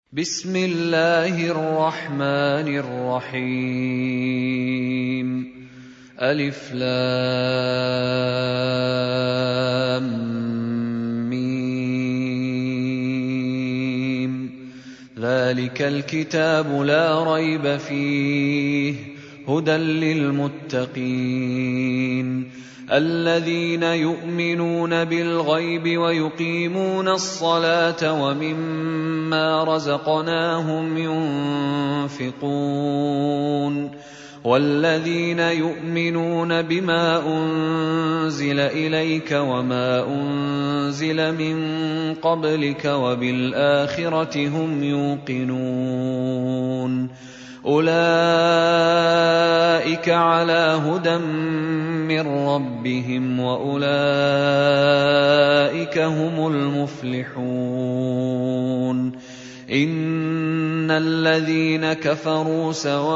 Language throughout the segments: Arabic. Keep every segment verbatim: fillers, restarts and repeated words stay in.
بسم الله الرحمن الرحيم ألف لام ميم ذلك الكتاب لا ريب فيه هدى للمتقين الذين يؤمنون بالغيب ويقيمون الصلاة ومما رزقناهم ينفقون والذين يؤمنون بما أنزل إليك وما أنزل من قبلك وبالآخرة هم يوقنون أولئك على هدى من ربهم وأولئك هم المفلحون إن الذين كفروا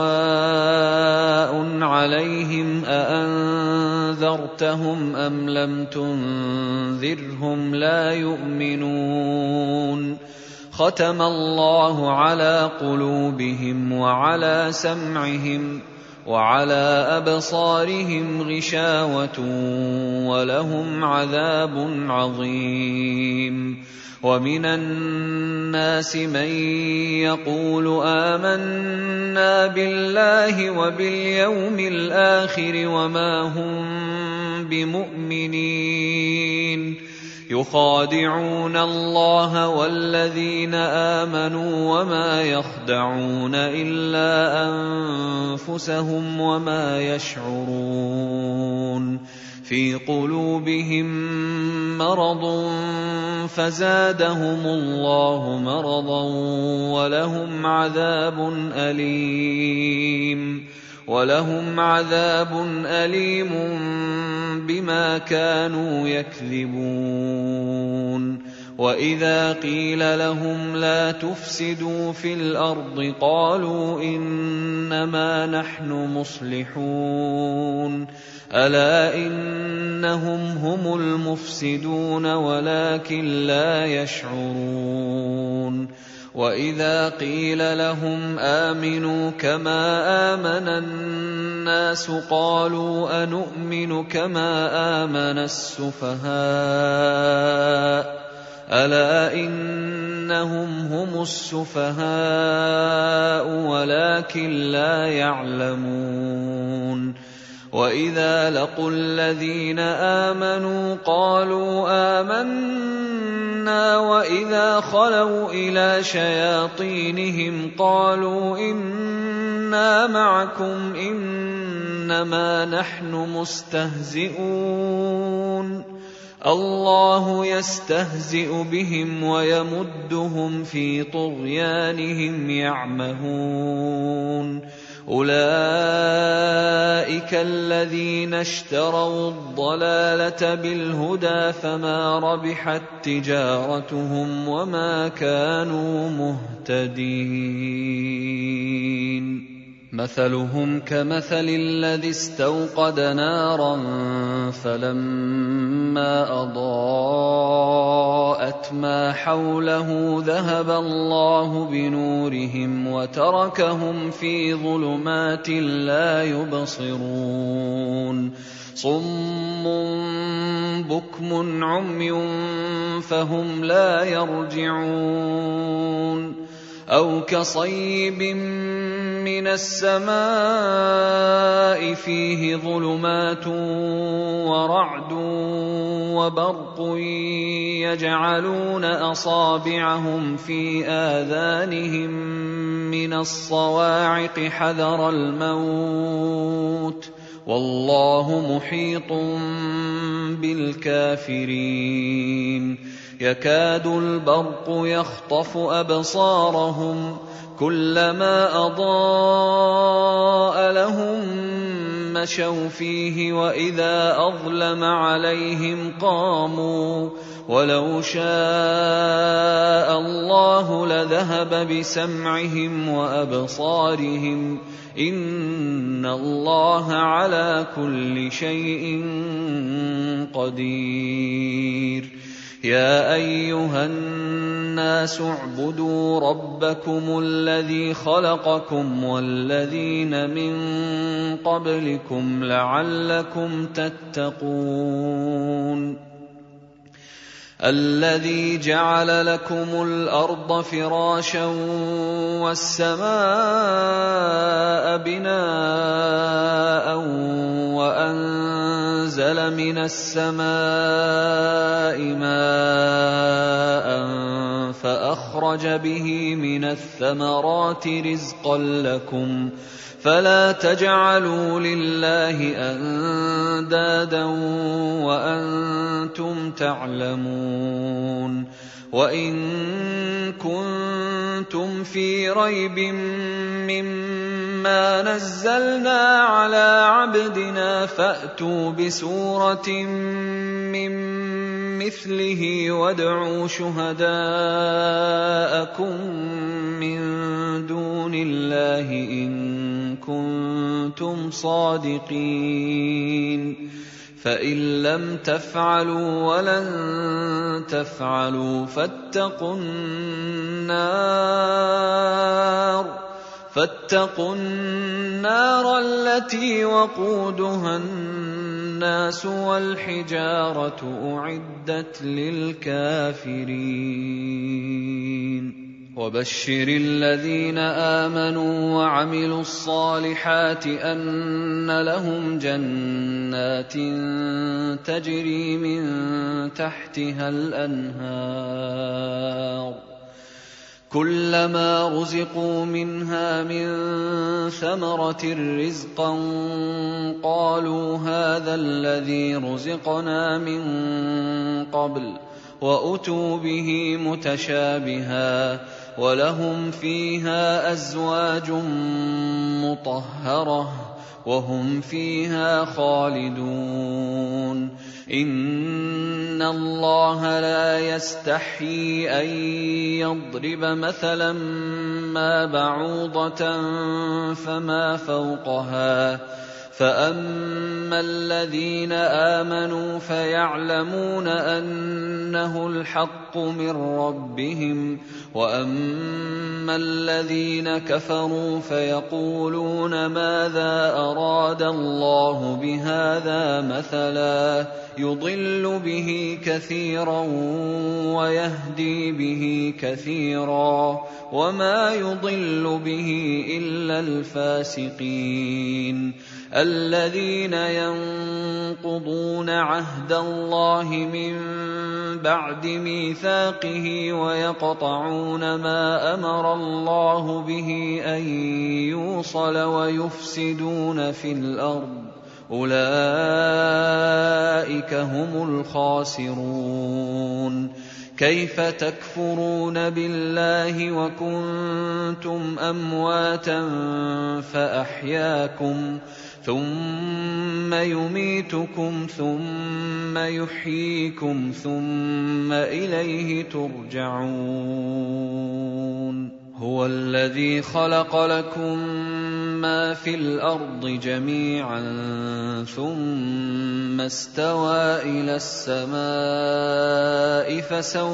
سواء عليهم أأنذرتهم أم لم تنذرهم لا يؤمنون ختم الله على قلوبهم وعلى سمعهم وعلى أبصارهم غشاوة ولهم عذاب عظيم ومن الناس من يقول آمنا بالله وباليوم الآخر وما هم بمؤمنين يخادعون الله والذين آمنوا وما يخدعون إلا أنفسهم وما يشعرون في قلوبهم مرض فزادهم الله مرضا ولهم عذاب أليم ولهم عذاب أليم بما كانوا يكذبون وإذا قيل لهم لا تفسدوا في الأرض قالوا إنما نحن مصلحون ألا إنهم هم المفسدون ولكن لا يشعرون وإذا قيل لهم آمنوا كما آمن الناس قالوا أنؤمن كما آمن السفهاء ألا إنهم هم السفهاء ولكن لا يعلمون وإذا لقوا الذين آمنوا قالوا آمنا وإذا خلوا إلى شياطينهم قالوا إنا معكم إنما نحن مستهزئون الله يستهزئ بهم ويمدهم في طغيانهم يعمهون أولئك الذين اشتروا الضلالة بالهدى فما ربحت تجارتهم وما كانوا مهتدين مثلهم كمثل الذي استوقد نارا فلما أضاءت ما حوله ذهب الله بنورهم وتركهم في ظلمات لا يبصرون صم بكم عمي فهم لا يرجعون أو كصيب من السماء فيه ظلمات ورعد وبرق يجعلون أصابعهم في آذانهم من الصواعق حذر الموت والله محيط بالكافرين يكاد البرق يخطف أبصارهم كلما أضاء لهم مشوا فيه وإذا أظلم عليهم قاموا ولو شاء الله لذهب بسمعهم وأبصارهم إن الله على كل شيء قدير يا أيها الناس اعبدوا ربكم الذي خلقكم والذين من قبلكم لعلكم تتقون الذي جعل لكم الأرض فراشا والسماء بناء وأنزل من السماء ماء فأخرج به من الثمرات رزقا لكم فلا تجعلوا لله أندادا وأنتم تعلمون وإن كنتم في ريب مما نزلنا على عبدنا فأتوا بسورة من مثله وادعوا شهداءكم من دون الله إن كنتم صادقين فإن لم تفعلوا ولن تفعلوا فاتقوا النار فاتقوا النار التي وقودها الناس والحجارة أعدت للكافرين وبشر الذين آمنوا وعملوا الصالحات أن لهم جنات تجري من تحتها الأنهار كلما رزقوا منها من ثمرة رزقا قالوا هذا الذي رزقنا من قبل وأتوا به متشابها ولهم فيها أزواج مطهرة وهم فيها خالدون إن الله لا يستحيي أن يضرب مثلا ما بعوضة فما فوقها فأما الذين آمنوا فيعلمون أنه الحق من ربهم وأما الذين كفروا فيقولون ماذا أراد الله بهذا مثلا يضل به كثيرا ويهدي به كثيرا وما يضل به إلا الفاسقين الذين ينقضون عهد الله من بعد ميثاقه ويقطعون ما أمر الله به أن يوصل ويفسدون في الأرض أولئك هم الخاسرون كيف تكفرون بالله وكنتم أمواتا فأحياكم ثم يميتكم ثم يحييكم ثم إليه ترجعون هو الذي خلق لكم ما في الأرض جميعا ثم استوى إلى السماء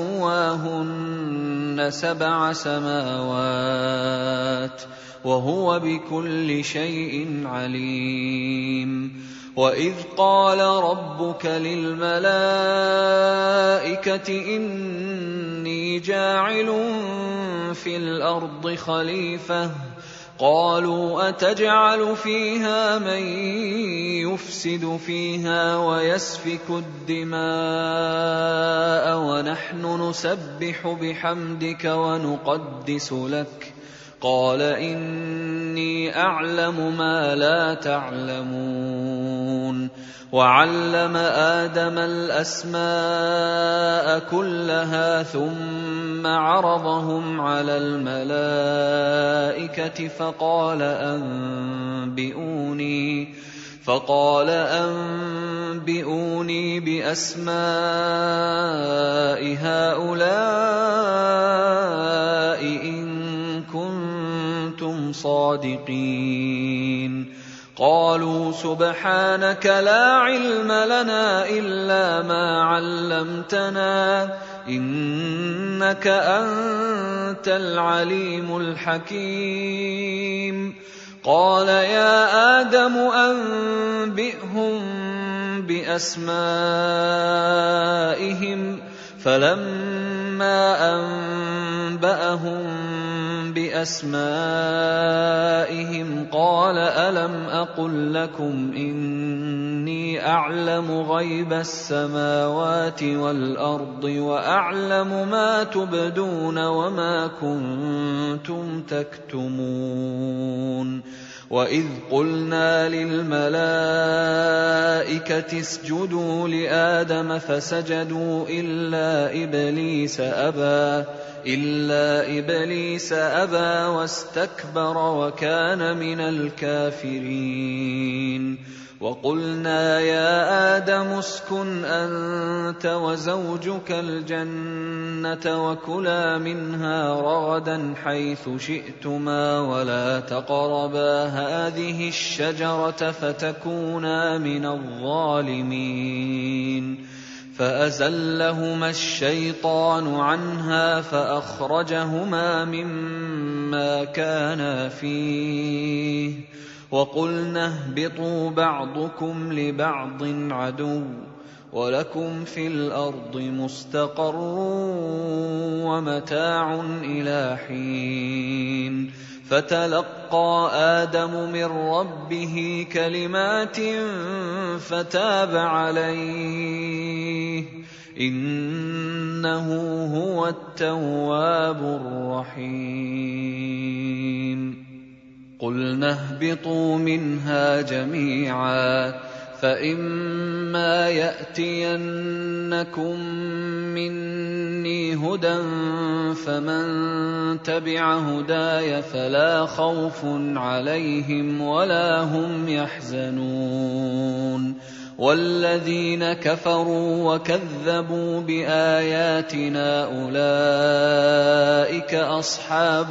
فسواهن سبع سماوات وهو بكل شيء عليم وإذ قال ربك للملائكة إني جاعل في الأرض خليفة قالوا أتجعل فيها من يفسد فيها ويسفك الدماء ونحن نسبح بحمدك ونقدس لك قال إني أعلم ما لا تعلمون وعلم آدم الأسماء كلها ثم عرضهم على الملائكة فقال أنبئوني فقال أنبئوني بأسماء هؤلاء إن كنتم صادقين قالوا سبحانك لا علم لنا إلا ما علمتنا إنك أنت العليم الحكيم. قال يا آدم أنبئهم بأسمائهم فلما أنبأهم بأسمائهم قال ألم أقل لكم إني أعلم غيب السماوات والأرض وأعلم ما تبدون وما كنتم تكتمون. وإذ قلنا للملائكة اسجدوا لآدم فسجدوا إلا إبليس أبى إلا إبليس أبى واستكبر وكان من الكافرين. وقلنا يا آدم اسكن أنت وزوجك الجنة وكلا منها رغدا حيث شئتما ولا تقربا هذه الشجرة فتكونا من الظالمين. فأزلهما الشيطان عنها فأخرجهما مما كانا فيه وقلنا اهبطوا بعضكم لبعض عدو ولكم في الأرض مستقر ومتاع إلى حين. فتلقى آدم من ربه كلمات فتاب عليه إنه هو التواب الرحيم. قلنا اهبطوا منها جميعا فإما يأتينكم مني هدى فمن تبع هداي فلا خوف عليهم ولا هم يحزنون. والذين كفروا وكذبوا بآياتنا أولئك أصحاب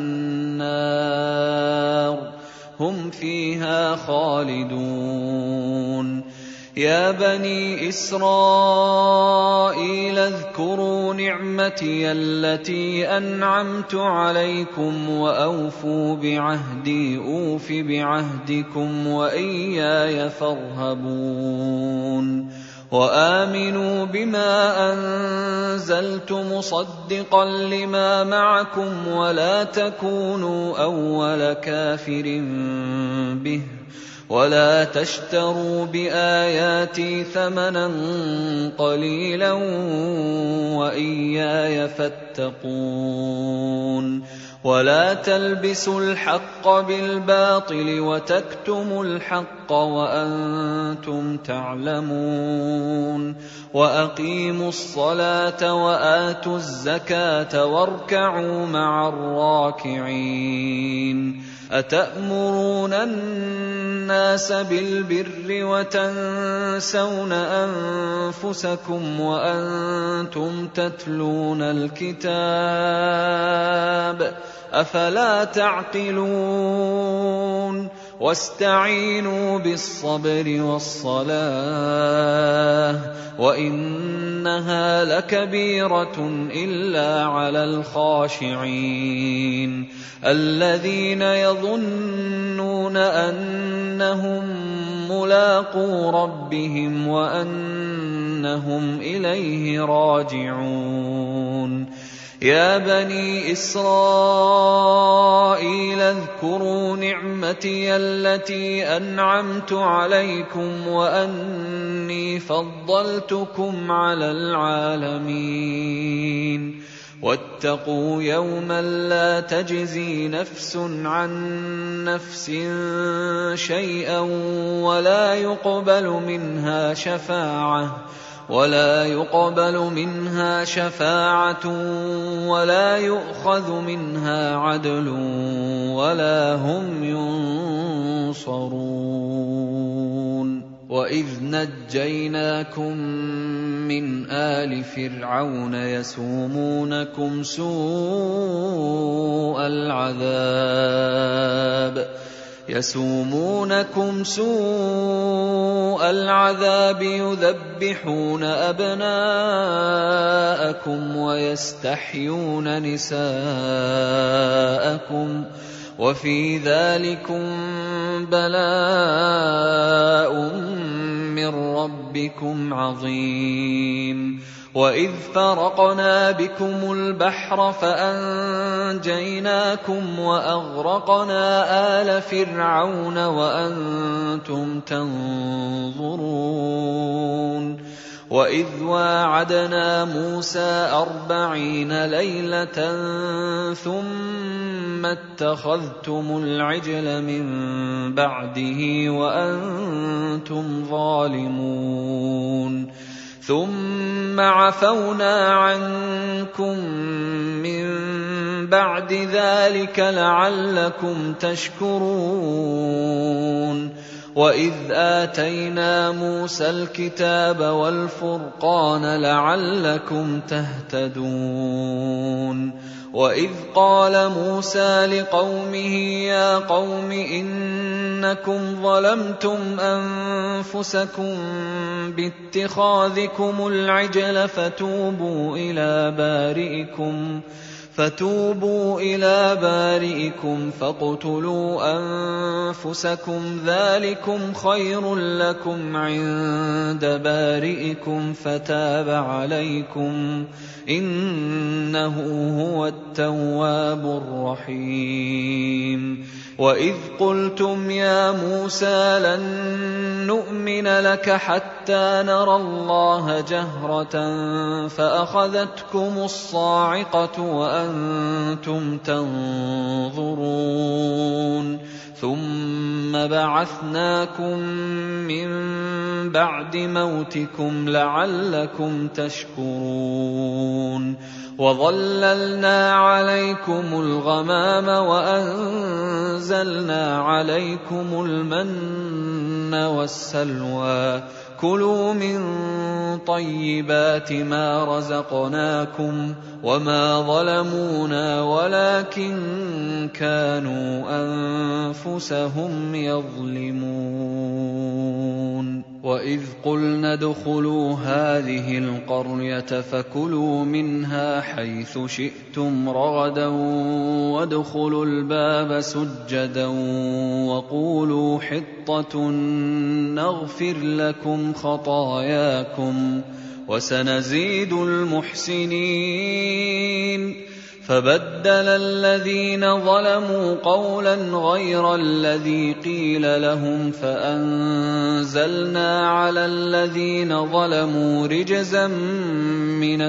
النار هم فيها خالدون. يا بني إسرائيل اذكروا نعمتي التي أنعمت عليكم وأوفوا بعهدي أوف بعهدكم وإياي فارهبون. وآمنوا بما أنزلت مصدقا لما معكم ولا تكونوا أول كافر به ولا تشتروا بآياتي ثمنا قليلا وإياي فاتقون. ولا تلبسوا الحق بالباطل وتكتموا الحق وأنتم تعلمون. وأقيموا الصلاة وآتوا الزكاة واركعوا مع الراكعين. أتأمرون الناس بالبر وتنسون أنفسكم وأنتم تتلون الكتاب أفلا تعقلون. واستعينوا بالصبر والصلاة وإنها لكبيرة إلا على الخاشعين الذين يظنون أنهم ملاقو ربهم وأنهم إليه راجعون. يا بني إسرائيل اذكروا نعمتي التي أنعمت عليكم وأني فضلتكم على العالمين. واتقوا يوما لا تجزي نفس عن نفس شيئا ولا يقبل منها شفاعة ولا يقبل منها شفاعة ولا يؤخذ منها عدل ولا هم ينصرون. وإذ نجيناكم من آل فرعون يسومونكم سوء العذاب يسومونكم سوء العذاب يذبحون أبناءكم ويستحيون نساءكم وفي ذلكم بلاء من ربكم عظيم. وإذ فرقنا بكم البحر فأنجيناكم وأغرقنا آل فرعون وأنتم تنظرون. وإذ واعدنا موسى أربعين ليلة ثم اتخذتم العجل من بعده وأنتم ظالمون ثم عفونا عنكم من بعد ذلك لعلكم تشكرون. وإذ آتينا موسى الكتاب والفرقان لعلكم تهتدون. وإذ قال موسى لقومه يا قوم إنكم ظلمتم أنفسكم باتخاذكم العجل فتوبوا إلى بارئكم فتوبوا إلى بارئكم فاقتلوا أنفسكم ذلكم خير لكم عند بارئكم فتاب عليكم إنه هو التواب الرحيم. وإذ قلتم يا موسى لن نؤمن لك حتى نرى الله جهرة فأخذتكم الصاعقة وأنتم تنظرون ثم بعثناكم من بعد موتكم لعلكم تشكرون. وظللنا عليكم الغمام وأنزلنا عليكم المن والسلوى كلوا من طيبات ما رزقناكم وما ظلمونا ولكن كانوا أنفسهم يظلمون. وإذ قلنا ادخلوا هذه القرية فكلوا منها حيث شئتم رغدا وادخلوا الباب سجدا وقولوا حطة نغفر لكم خطاياكم وسنزيد المحسنين. فبدل الذين ظلموا قولا غير الذي قيل لهم فأنزلنا على الذين ظلموا رجزا من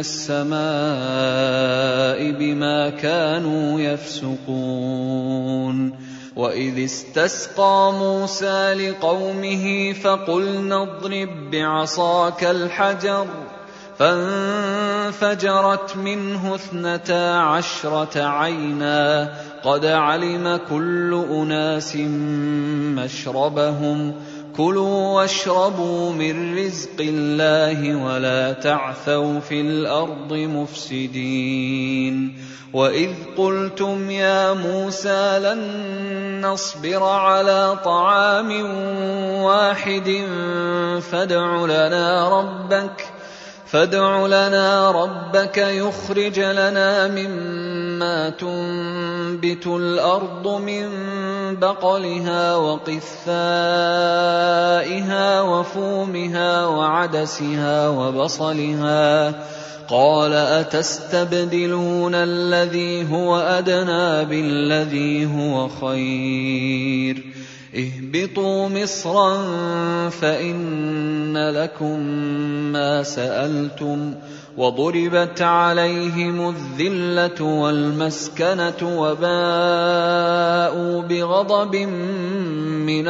السماء بما كانوا يفسقون. وإذ استسقى موسى لقومه فقلنا اضرب بعصاك الحجر فانفجرت منه اثنتا عشرة عينا قد علم كل أناس مشربهم كلوا واشربوا من رزق الله ولا تعثوا في الأرض مفسدين. وإذ قلتم يا موسى لن نصبر على طعام واحد فادع لنا ربك فادع لنا ربك يخرج لنا مما تنبت الأرض من بقلها وقثائها وفومها وعدسها وبصلها قال أتستبدلون الذي هو أدنى بالذي هو خير اهبطوا مصرا فإن لكم ما سألتم وضربت عليهم الذلة والمسكنة وباءوا بغضب من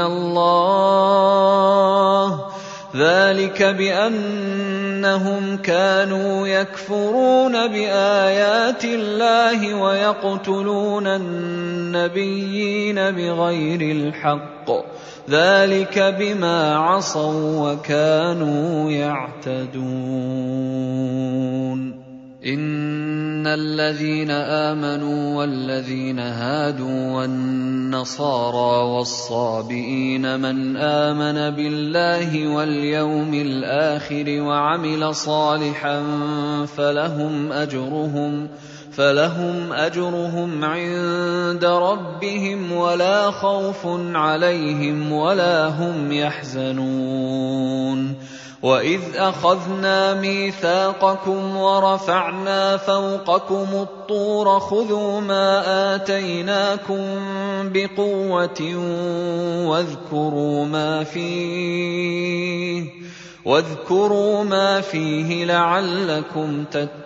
الله ذلك بأنهم كانوا يكفرون بآيات الله ويقتلون النبيين بغير الحق ذلك بما عصوا وكانوا يعتدون. إن الذين آمنوا والذين هادوا والنصارى والصابئين من آمن بالله واليوم الآخر وعمل صالحا فلهم أجرهم فلهم أجرهم عند ربهم ولا خوف عليهم ولا هم يحزنون. وإذ أخذنا ميثاقكم ورفعنا فوقكم الطور خذوا ما آتيناكم بقوة واذكروا ما فيه واذكروا ما فيه لعلكم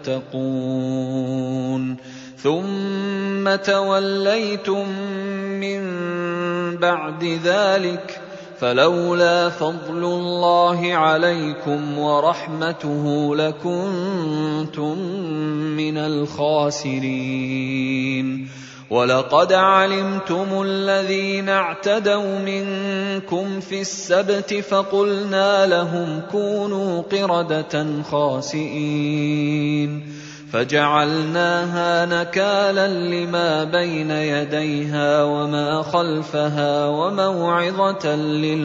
تتقون. ثم توليتم من بعد ذلك فلولا فضل الله عليكم ورحمته لكنتم من الخاسرين. ولقد علمتم الذين اعتدوا منكم في السبت فقلنا لهم كونوا قردة خاسئين فجعلناها نكالا لما بين يديها وما خلفها وموعظة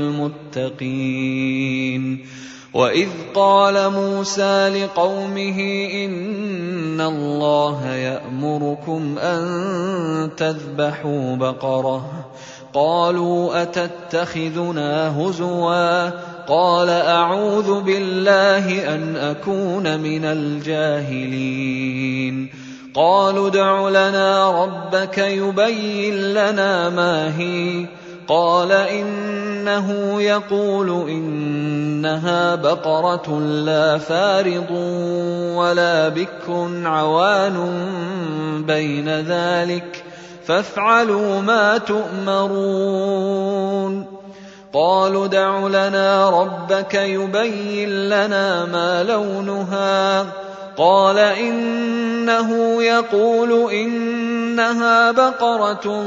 للمتقين. وإذ قال موسى لقومه إن الله يأمركم أن تذبحوا بقرة قالوا أتتخذنا هزوا قال أعوذ بالله أن أكون من الجاهلين. قالوا ادع لنا ربك يبين لنا ما هي قال إنه يقول إنها بقرة لا فارض ولا بكر عوان بين ذلك فافعلوا ما تؤمرون. قالوا ادع لنا ربك يبين لنا ما لونها قال إنه يقول إنها بقرة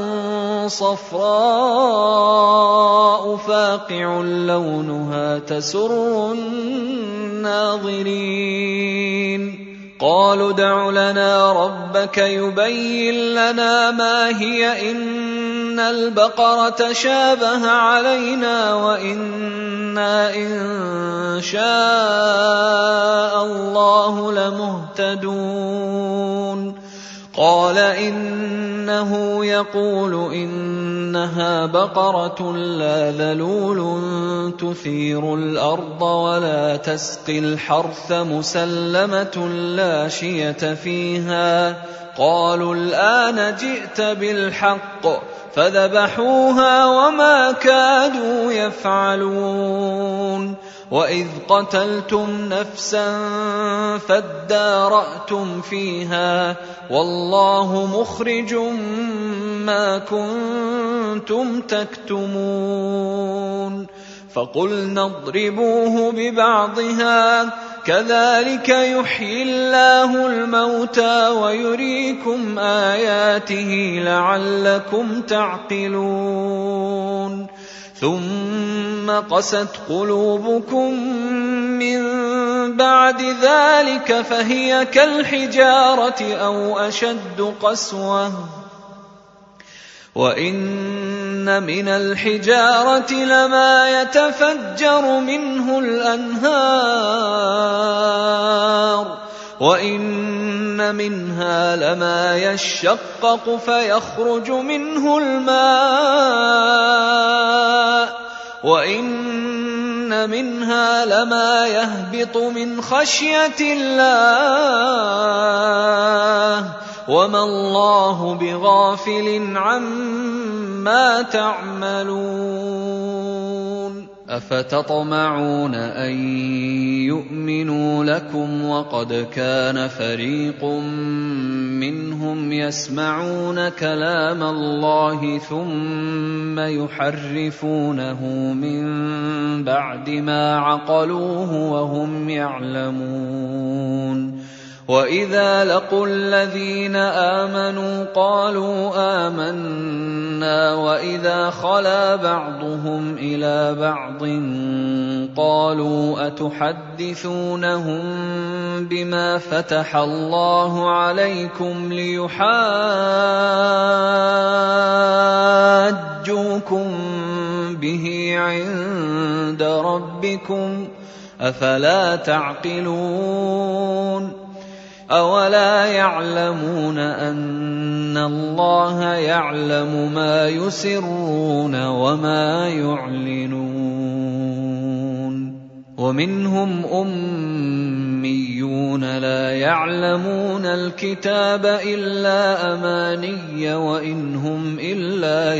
صفراء فاقع لونها تسر الناظرين. قالوا ادع لنا ربك يبين لنا ما هي إن البقرة شابه علينا وإنا إن شاء الله لمهتدون. قال إنه يقول إنها بقرة لا ذلول تثير الأرض ولا تسقي الحرث مسلمة لا شية فيها. قالوا الآن جئت بالحق فذبحوها وما كادوا يفعلون. وإذ قتلتم نفسا فادارأتم فيها والله مخرج ما كنتم تكتمون. فقلنا اضربوه ببعضها كذلك يحيي الله الموتى ويريكم آياته لعلكم تعقلون. ثم قست قلوبكم من بعد ذلك فهي كالحجارة أو أشد قسوة وإن من الحجارة لما يتفجر منه الأنهار وإن منها لما يشقق فيخرج منه الماء وإن منها لما يهبط من خشية الله وما الله بغافل عما تعملون. أفتطمعون أن يؤمنوا لكم وقد كان فريق منهم يسمعون كلام الله ثم يحرفونه من بعد ما عقلوه وهم يعلمون. وإذا لقوا الذين آمنوا قالوا آمنا وإذا خلا بعضهم إلى بعض قالوا أتحدثونهم بما فتح الله عليكم ليحاجوكم به عند ربكم أفلا تعقلون أولا يعلمون أن الله يعلم ما يسرون وما يعلنون ومنهم أميون لا يعلمون الكتاب إلا أماني وإن هم إلا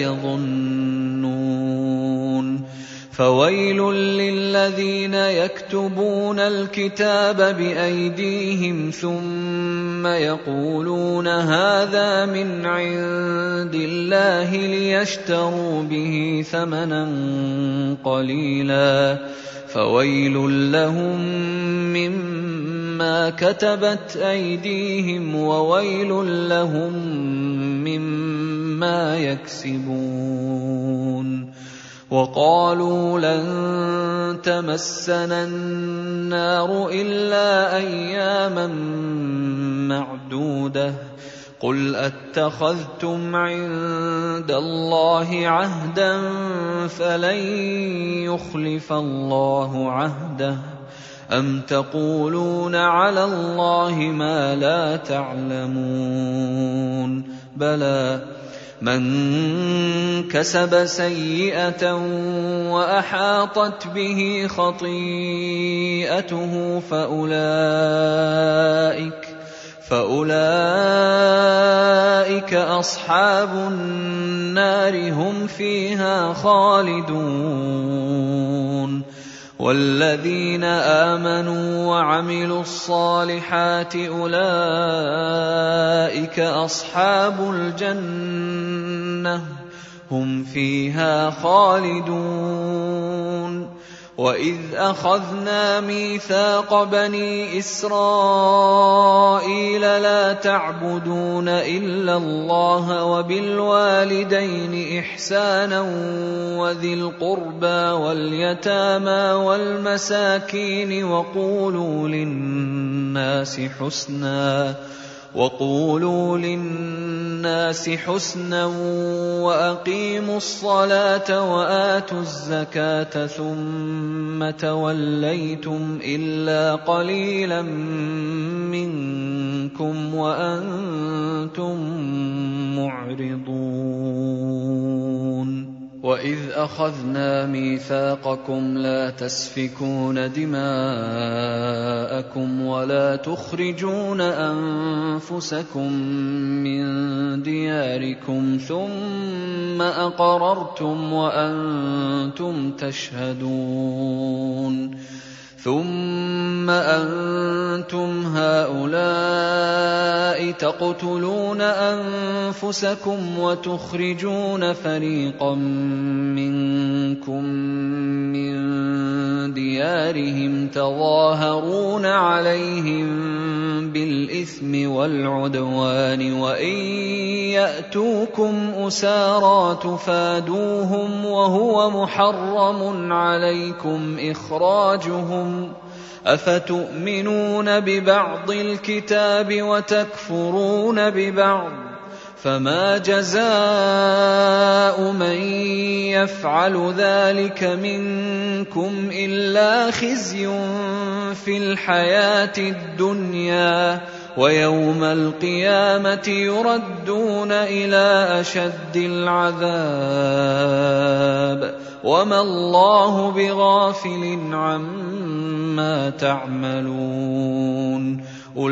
يظنون فويل للذين يكتبون الكتاب بأيديهم ثم يقولون هذا من عند الله ليشتروا به ثمنا قليلا فويل لهم مما كتبت أيديهم وويل لهم مما يكسبون وقالوا لن تمسنا النار إلا أياما معدودة قل أتخذتم عند الله عهدا فلن يخلف الله عهده أم تقولون على الله ما لا تعلمون بلى من كسب سيئة وأحاطت به خطيئته فأولئك فأولئك أصحاب النار هم فيها خالدون والذين آمنوا وعملوا الصالحات أولئك أصحاب الجنة هم فيها خالدون وإذ أخذنا ميثاق بني إسرائيل لا تعبدون إلا الله وبالوالدين إحسانا وذي القربى واليتامى والمساكين وقولوا للناس حسنا وقولوا للناس حسنا وأقيموا الصلاة وآتوا الزكاة ثم توليتم إلا قليلا منكم وأنتم معرضون وإذ أخذنا ميثاقكم لا تسفكون دماءكم ولا تخرجون أنفسكم من دياركم ثم أقررتم وأنتم تشهدون ثم أنتم هؤلاء تقتلون أنفسكم وتخرجون فريقا منكم من ديارهم تظاهرون عليهم بالإثم والعدوان وإن يأتوكم أسارى تفادوهم وهو محرم عليكم إخراجهم أفتؤمنون ببعض الكتاب وتكفرون ببعض فما جزاء من يفعل ذلك منكم إلا خزي في الحياة الدنيا ويوم القيامة يردون إلى أشد العذاب وما الله بغافل عما تعملون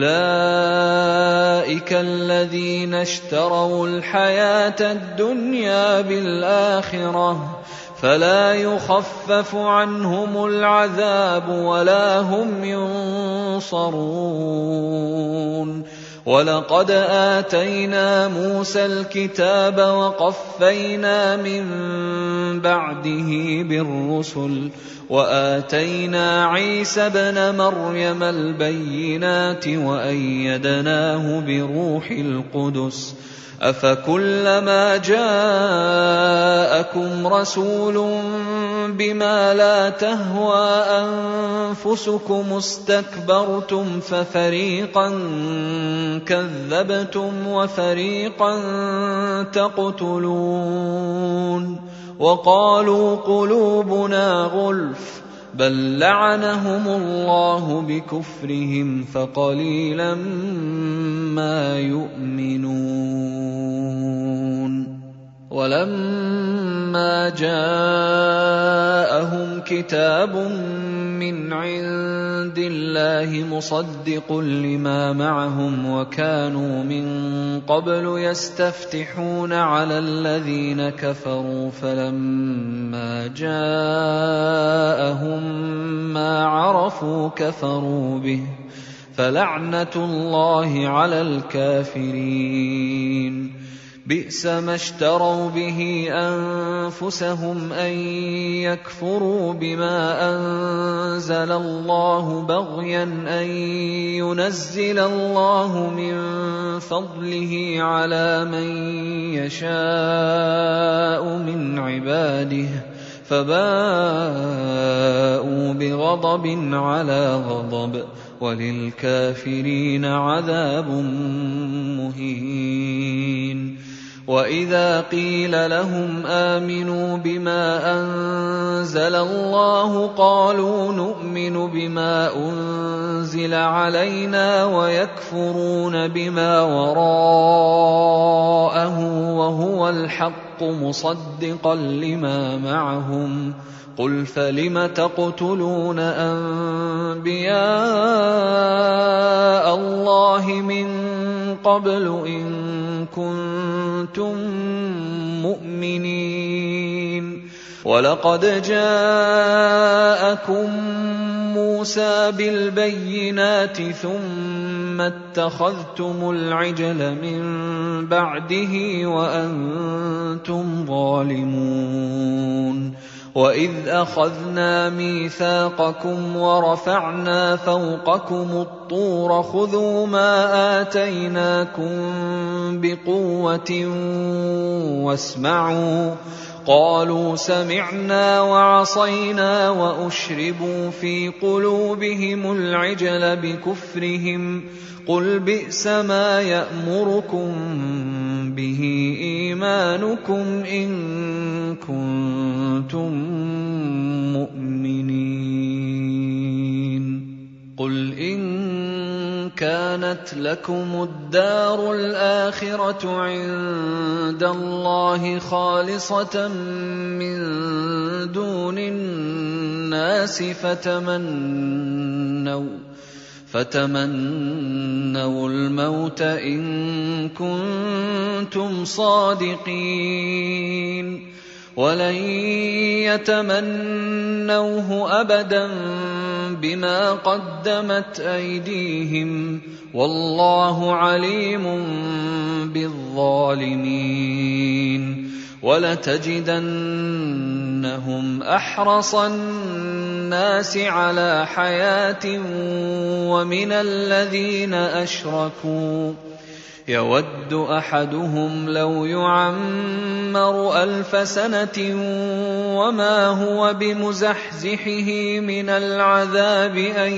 أولئك الذين اشتروا الحياة الدنيا بالآخرة فلا يخفف عنهم العذاب ولا هم ينصرون ولقد آتينا موسى الكتاب وقفينا من بعده بالرسل وآتينا عيسى ابن مريم البينات وأيدناه بروح القدس أفكلما جاءكم رسول بما لا تهوى أنفسكم استكبرتم ففريقا كذبتم وفريقا تقتلون وقالوا قلوبنا غلف بل لعنهم الله بكفرهم فقليلا ما يؤمنون ولما جاءهم كتاب من عند الله مصدق لما معهم وكانوا من قبل يستفتحون على الذين كفروا فلما جاءهم ما عرفوا كفروا به فلعنة الله على الكافرين بئس ما اشتروا به أنفسهم أن يكفروا بما أنزل الله بغيا أن ينزل الله من فضله على من يشاء من عباده فباءوا بغضب على غضب وللكافرين عذاب مهين وإذا قيل لهم آمنوا بما أنزل الله قالوا نؤمن بما أنزل علينا ويكفرون بما وراءه وهو الحق مصدقا لما معهم قل فلم تقتلون أنبياء الله من قبل إن كنتم مؤمنين ولقد جاءكم موسى بالبينات ثم اتخذتم العجل من بعده وأنتم ظالمون وإذ أخذنا ميثاقكم ورفعنا فوقكم الطور خذوا ما آتيناكم بقوة واسمعوا قالوا سمعنا وعصينا وأشربوا في قلوبهم العجل بكفرهم قل بئس ما يأمركم به إيمانكم إن كنتم مؤمنين قل إن كانت لكم الدار الآخرة عند الله خالصة من دون الناس فتمنوا فتمنوا الموت إن كنتم صادقين ولن يتمنوه أبدا بما قدمت أيديهم والله عليم بالظالمين ولتجدنهم أحرص الناس على حياة ومن الذين أشركوا يود أحدهم لو يعمر ألف سنة وما هو بمزحزحه من العذاب أن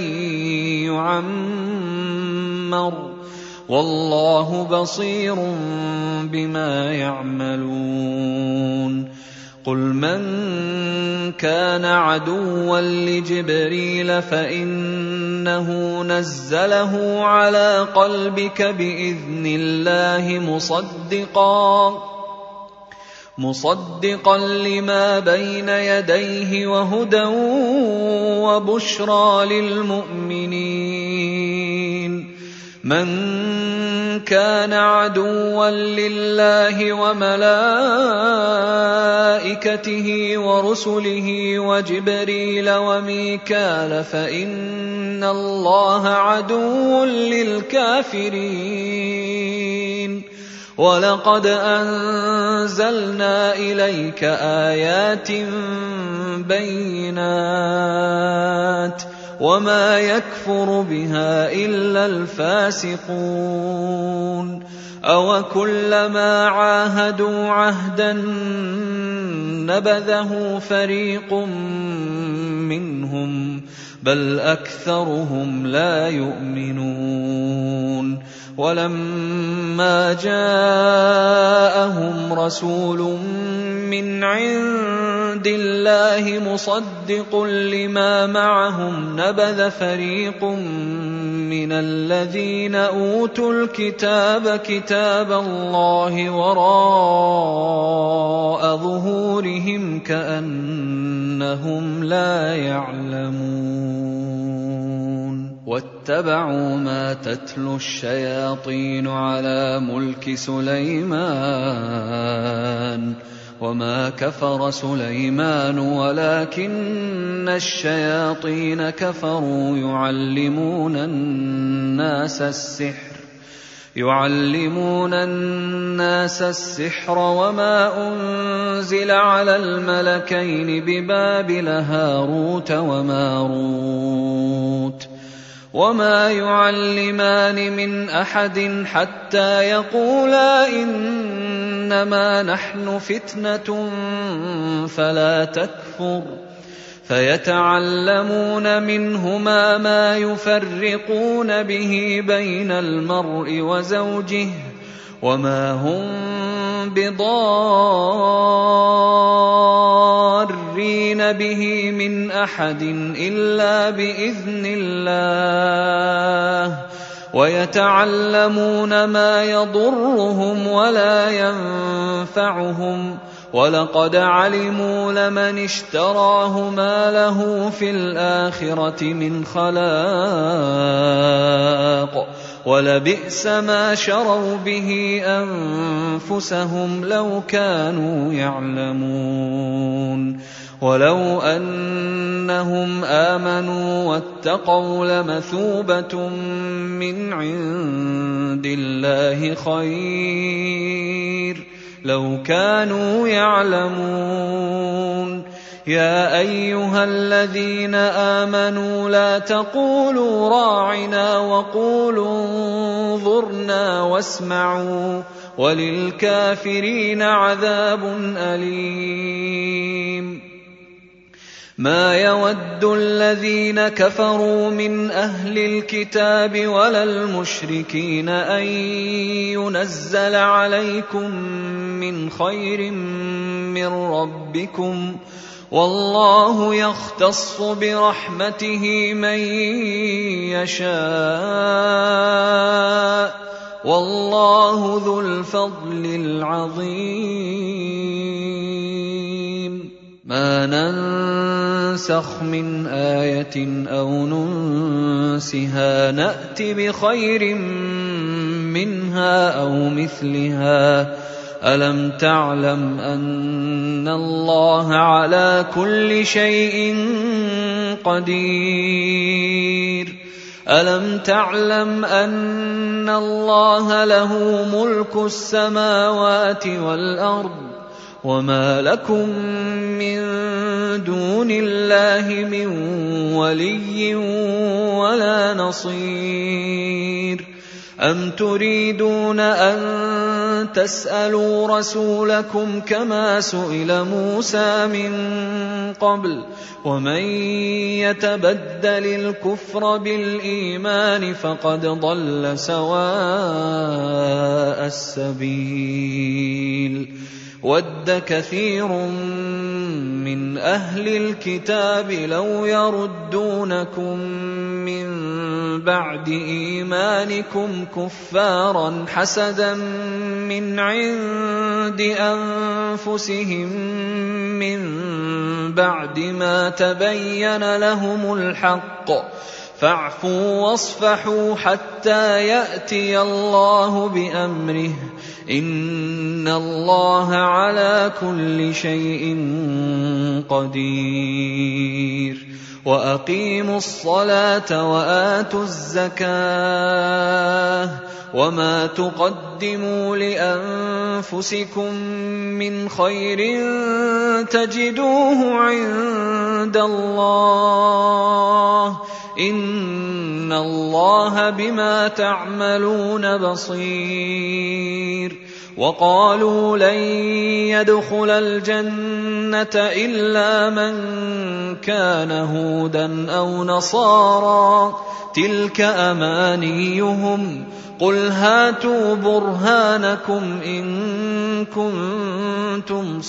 يعمر والله بصير بما يعملون قل من كان عدوا لجبريل فإنه نزله على قلبك بإذن الله مصدقا مصدقا لما بين يديه وهدى وبشرى للمؤمنين من كان عدوا لله وملائكته ورسله وجبريل وميكال فإن الله عدو للكافرين ولقد أنزلنا إليك آيات بينات وما يكفر بها إلا الفاسقون أَوَكُلَّمَا عَاهَدُوا عَهْدًا نَبَذَهُ فَرِيقٌ مِّنْهُم بَلْ أَكْثَرُهُمْ لَا يُؤْمِنُونَ وَلَمَّا جَاءَهُمْ رَسُولٌ مِّنْ عِندِ اللَّهِ مُصَدِّقٌ لِّمَا مَعَهُمْ نَبَذَ فَرِيقٌ مِّنَ الَّذِينَ أُوتُوا الْكِتَابَ كِتَابَ اللَّهِ وَرَاءَ ظُهُورِهِمْ كَأَنَّهُمْ لَا يَعْلَمُونَ وَاتَّبَعُوا مَا تَتْلُو الشَّيَاطِينُ عَلَى مُلْكِ سُلَيْمَانَ وَمَا كَفَرَ سُلَيْمَانُ وَلَكِنَّ الشَّيَاطِينَ كَفَرُوا يُعَلِّمُونَ النَّاسَ السِّحْرَ يُعَلِّمُونَ النَّاسَ السِّحْرَ وَمَا أُنزِلَ عَلَى الْمَلَكَيْنِ بِبَابِلَ هَارُوتَ وَمَارُوتَ وَمَا يُعَلِّمَانِ مِنْ أَحَدٍ حَتَّىٰ يَقُولَا إِنَّمَا نَحْنُ فِتْنَةٌ فَلَا تَكْفُرْ فَيَتَعَلَّمُونَ مِنْهُمَا مَا يُفَرِّقُونَ بِهِ بَيْنَ الْمَرْءِ وَزَوْجِهِ وَمَا هُم بِضَارِّينَ بِهِ مِنْ أَحَدٍ إِلَّا بِإِذْنِ اللَّهِ وَيَتَعَلَّمُونَ مَا يَضُرُّهُمْ وَلَا يَنفَعُهُمْ وَلَقَدْ عَلِمُوا لَمَنِ اشْتَرَاهُ مَا لَهُ فِي الْآخِرَةِ مِنْ خَلَاقٍ وَلَبِئْسَ مَا شَرَوْا بِهِ أَنفُسَهُمْ لَوْ كَانُوا يَعْلَمُونَ وَلَوْ أَنَّهُمْ آمَنُوا وَاتَّقَوْا لَمَثُوبَةٌ مِّنْ عِندِ اللَّهِ خَيْرٌ لَوْ كَانُوا يَعْلَمُونَ يَا أَيُّهَا الَّذِينَ آمَنُوا لَا تَقُولُوا رَاعِنَا وَقُولُوا انظُرْنَا وَاسْمَعُوا وَلِلْكَافِرِينَ عَذَابٌ أَلِيمٌ مَا يَوَدُّ الَّذِينَ كَفَرُوا مِنْ أَهْلِ الْكِتَابِ وَلَا الْمُشْرِكِينَ أَن يُنَزَّلَ عَلَيْكُم مِّنْ خَيْرٍ مِّن رَّبِّكُمْ وَاللَّهُ يَخْتَصُّ بِرَحْمَتِهِ مَن يَشَاءُ وَاللَّهُ ذُو الْفَضْلِ الْعَظِيمِ مَا نَنسَخْ مِنْ آيَةٍ أَوْ نُنسِهَا نَأْتِ بِخَيْرٍ مِّنْهَا أَوْ مِثْلِهَا أَلَمْ تَعْلَمْ أَنَّ اللَّهَ عَلَى كُلِّ شَيْءٍ قَدِيرٌ أَلَمْ تَعْلَمْ أَنَّ اللَّهَ لَهُ مُلْكُ السَّمَاوَاتِ وَالْأَرْضِ وَمَا لَكُم مِّن دُونِ اللَّهِ مِن وَلِيٍّ وَلَا نَصِيرٍ أَمْ تُرِيدُونَ أَن تَسْأَلُوا رَسُولَكُمْ كَمَا سُئِلَ مُوسَىٰ مِن قَبْلُ وَمَن يَتَبَدَّلِ الْكُفْرَ بِالْإِيمَانِ فَقَدْ ضَلَّ سَوَاءَ السَّبِيلِ وَدَّ كَثِيرٌ مِّنْ أَهْلِ الْكِتَابِ لَوْ يَرُدُّونَكُم مِّن بَعْدِ إِيمَانِكُمْ كُفَّارًا حَسَدًا مِّنْ عِندِ أَنفُسِهِم مِّن بَعْدِ مَا تَبَيَّنَ لَهُمُ الْحَقُّ فَاعْفُوا وَاصْفَحُوا حَتَّىٰ يَأْتِيَ اللَّهُ بِأَمْرِهِ إِنَّ اللَّهَ عَلَىٰ كُلِّ شَيْءٍ قَدِيرٌ وَأَقِيمُوا الصَّلَاةَ وَآتُوا الزَّكَاةَ وَمَا تُقَدِّمُوا لِأَنفُسِكُم مِّنْ خَيْرٍ تَجِدُوهُ عِندَ اللَّهِ إن الله بما تعملون بصير. وقالوا لن يدخل الجنة إلا من كان هودا أو نصارى تلك أمانيهم قل هاتوا برهانكم إن كنتم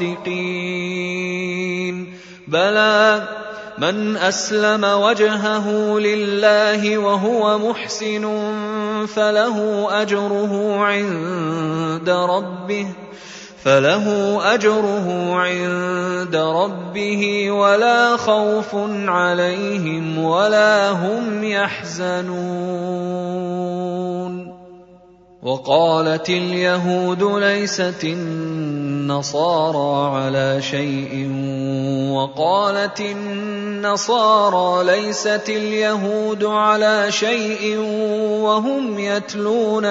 صادقين. بلى من أسلم وجهه لله وهو محسن فله أجره عند ربه فله أجره عند ربه ولا خوف عليهم ولا هم يحزنون. وقالت اليهود ليست النصارى على شيء وقالت النصارى ليست اليهود على شيء وهم يتلون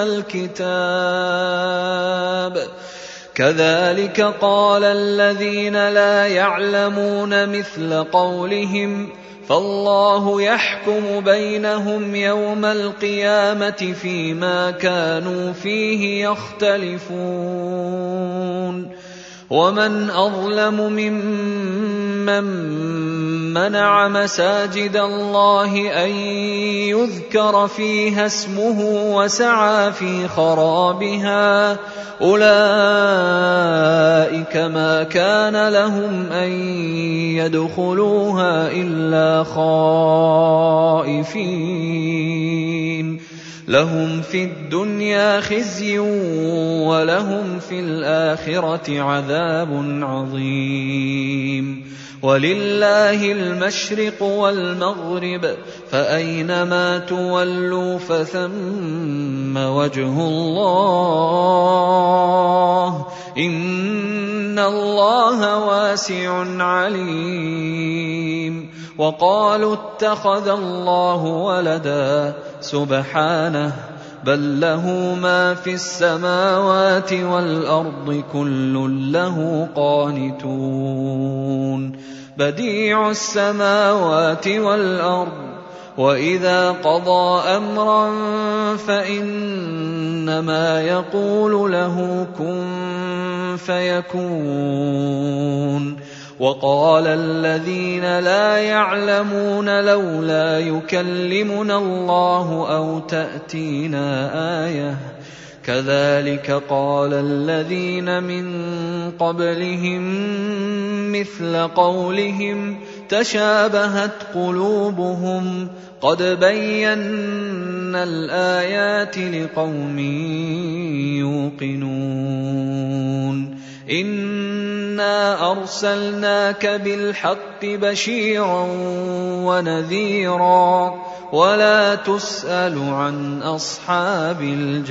الكتاب كذلك قال الذين لا يعلمون مثل قولهم فالله يحكم بينهم يوم القيامة فيما كانوا فيه يختلفون. ومن أظلم ممن منع مساجد الله أن يذكر فيها اسمه وسعى في خرابها أولئك ما كان لهم أن يدخلوها إلا خائفين لهم في الدنيا خزي ولهم في الآخرة عذاب عظيم. ولله المشرق والمغرب فأينما تولوا فثم وجه الله إن الله واسع عليم. وقالوا اتخذ الله ولدا سبحانه بل له ما في السماوات والأرض كل له قانتون بديع السماوات والأرض وإذا قضى أمرا فإنما يقول له كن فيكون. وقال الذين لا يعلمون لولا يكلمنا الله أو تأتينا آية كذلك قال الذين من قبلهم مثل قولهم تشابهت قلوبهم قد بينا الآيات لقوم يوقنون. إنا أرسلناك بالحق بشيرا ونذيرا ولا تسأل عن أصحاب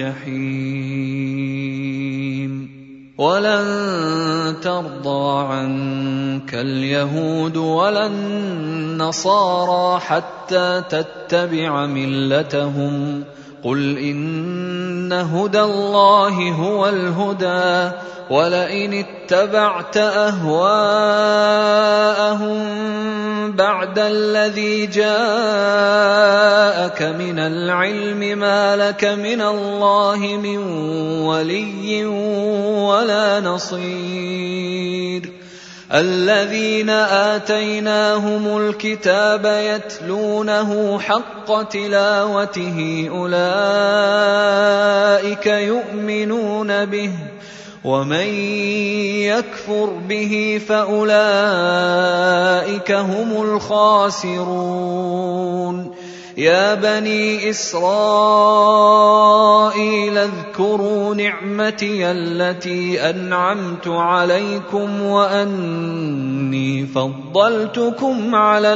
الجحيم. ولن ترضى عنك اليهود ولا النصارى حتى تتبع ملتهم قل إن هدى الله هو الهدى ولئن اتبعت أهواءهم بعد الذي جاءك من العلم ما لك من الله من ولي ولا نصير. الذين آتيناهم الكتاب يتلونه حق تلاوته أولئك يؤمنون به ومن يكفر به فأولئك هم الخاسرون. يا بني إسرائيل اذكروا نعمتي التي أنعمت عليكم وأني فضلتكم على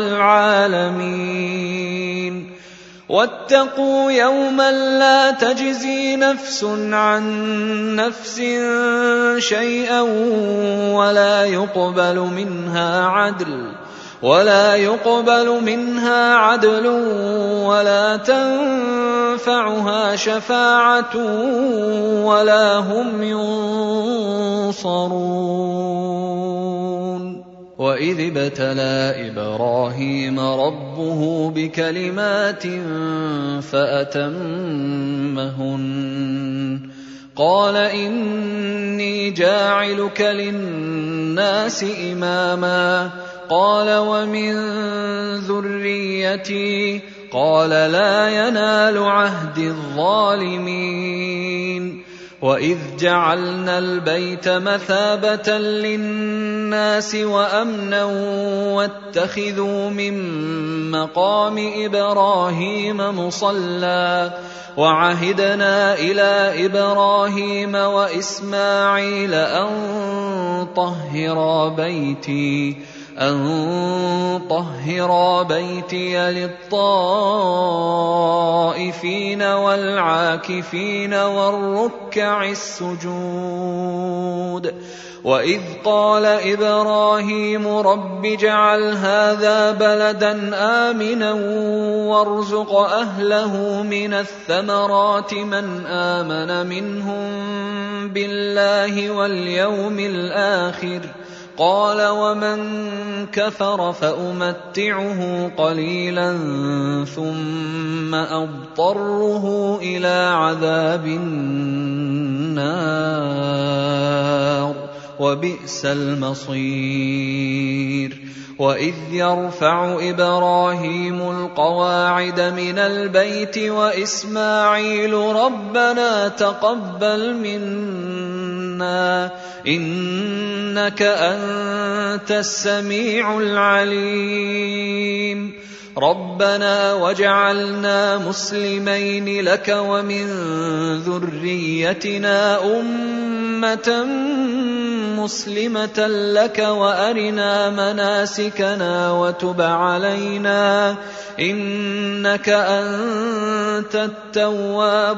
العالمين. واتقوا يوما لا تجزي نفس عن نفس شيئا ولا يقبل منها عدل ولا يقبل منها عدل ولا تنفعها شفاعة ولا هم ينصرون. وإذ ابتلى إبراهيم ربه بكلمات فأتمهن قال إني جاعلك للناس إماما قال ومن ذريتي قال لا ينال عهد الظالمين وإذ جعلنا البيت مثابة للناس وأمنا واتخذوا من مقام إبراهيم مصلى وعهدنا إلى إبراهيم وإسماعيل أن طهرا بيتي أن طهرا بيتي للطائفين والعاكفين والركع السجود وإذ قال إبراهيم رب اجعل هذا بلدا آمنا وارزق أهله من الثمرات من آمن منهم بالله واليوم الآخر قال ومن كفر فأمتعه قليلا ثم أضطره إلى عذاب النار وبئس المصير وإذ يرفع إبراهيم القواعد من البيت وإسماعيل ربنا تقبل منا إنك أنت السميع العليم ربنا واجعلنا مسلمين لك ومن ذريتنا أمة مسلمة لك وأرنا مناسكنا وتب علينا إنك أنت التواب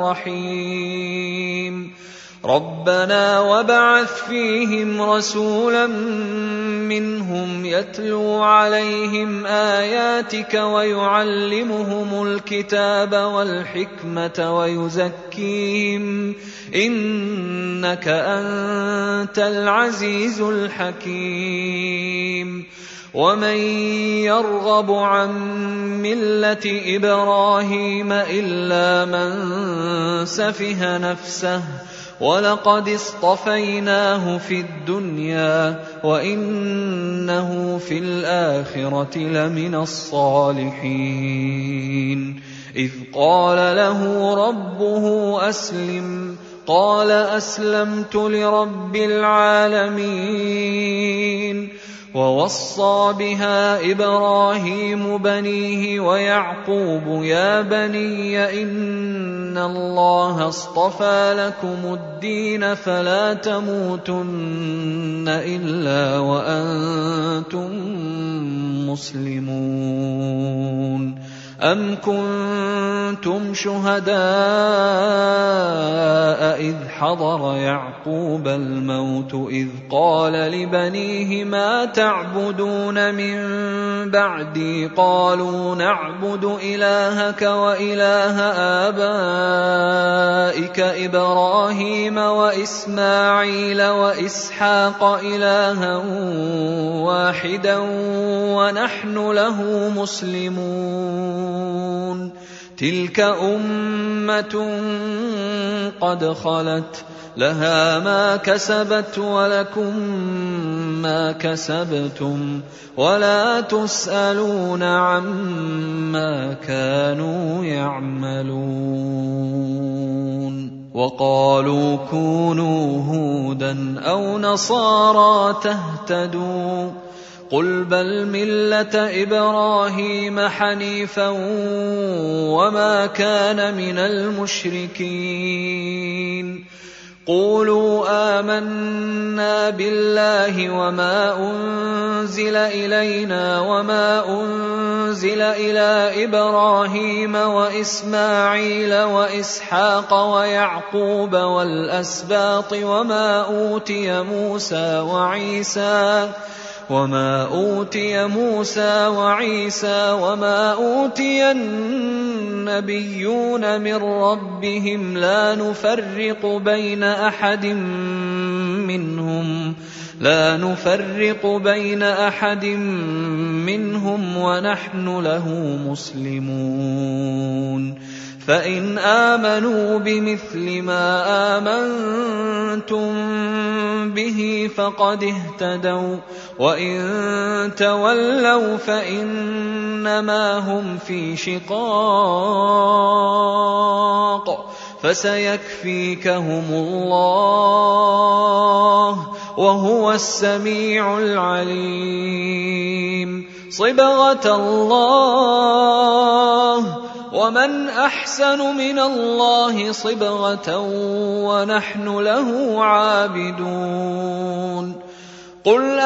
الرحيم ربنا وابعث فيهم رسولا منهم يتلو عليهم آياتك ويعلمهم الكتاب والحكمة ويزكيهم إنك أنت العزيز الحكيم ومن يرغب عن ملة إبراهيم إلا من سفه نفسه ولقد اصطفيناه في الدنيا وإنه في الآخرة لمن الصالحين إذ قال له ربه أسلم قال أسلمت لرب العالمين ووصى بها إبراهيم بنيه ويعقوب يا بني إن الله اصطفى لكم الدين فلا تموتن إلا وأنتم مسلمون أم كنتم شهداء إذ حضر يعقوب الموت إذ قال لبنيه ما تعبدون من بعدي قالوا نعبد إلهك وإله آبائك إبراهيم وإسماعيل وإسحاق إلها واحدا ونحن له مسلمون تلك أمة قد خلت لها ما كسبت ولكم ما كسبتم ولا تسألون عما كانوا يعملون وقالوا كونوا هودا أو نصارى تهتدوا قل بل ملة إبراهيم حنيفا وما كان من المشركين قولوا آمنا بالله وما أنزل إلينا وما أنزل إلى إبراهيم وإسماعيل وإسحاق ويعقوب والأسباط وما أوتي موسى وعيسى وما أوتي موسى وعيسى وما أوتي النبيون من ربهم لا نفرق بين أحد منهم لا نفرق بين أحد منهم ونحن له مسلمون فإن آمنوا بمثل ما آمنتم به فقد اهتدوا وإن تولوا فإنما هم في شقاق فسيكفيكهم الله وهو السميع العليم صبغة الله ومن أحسن من الله صبغة ونحن له عابدون قل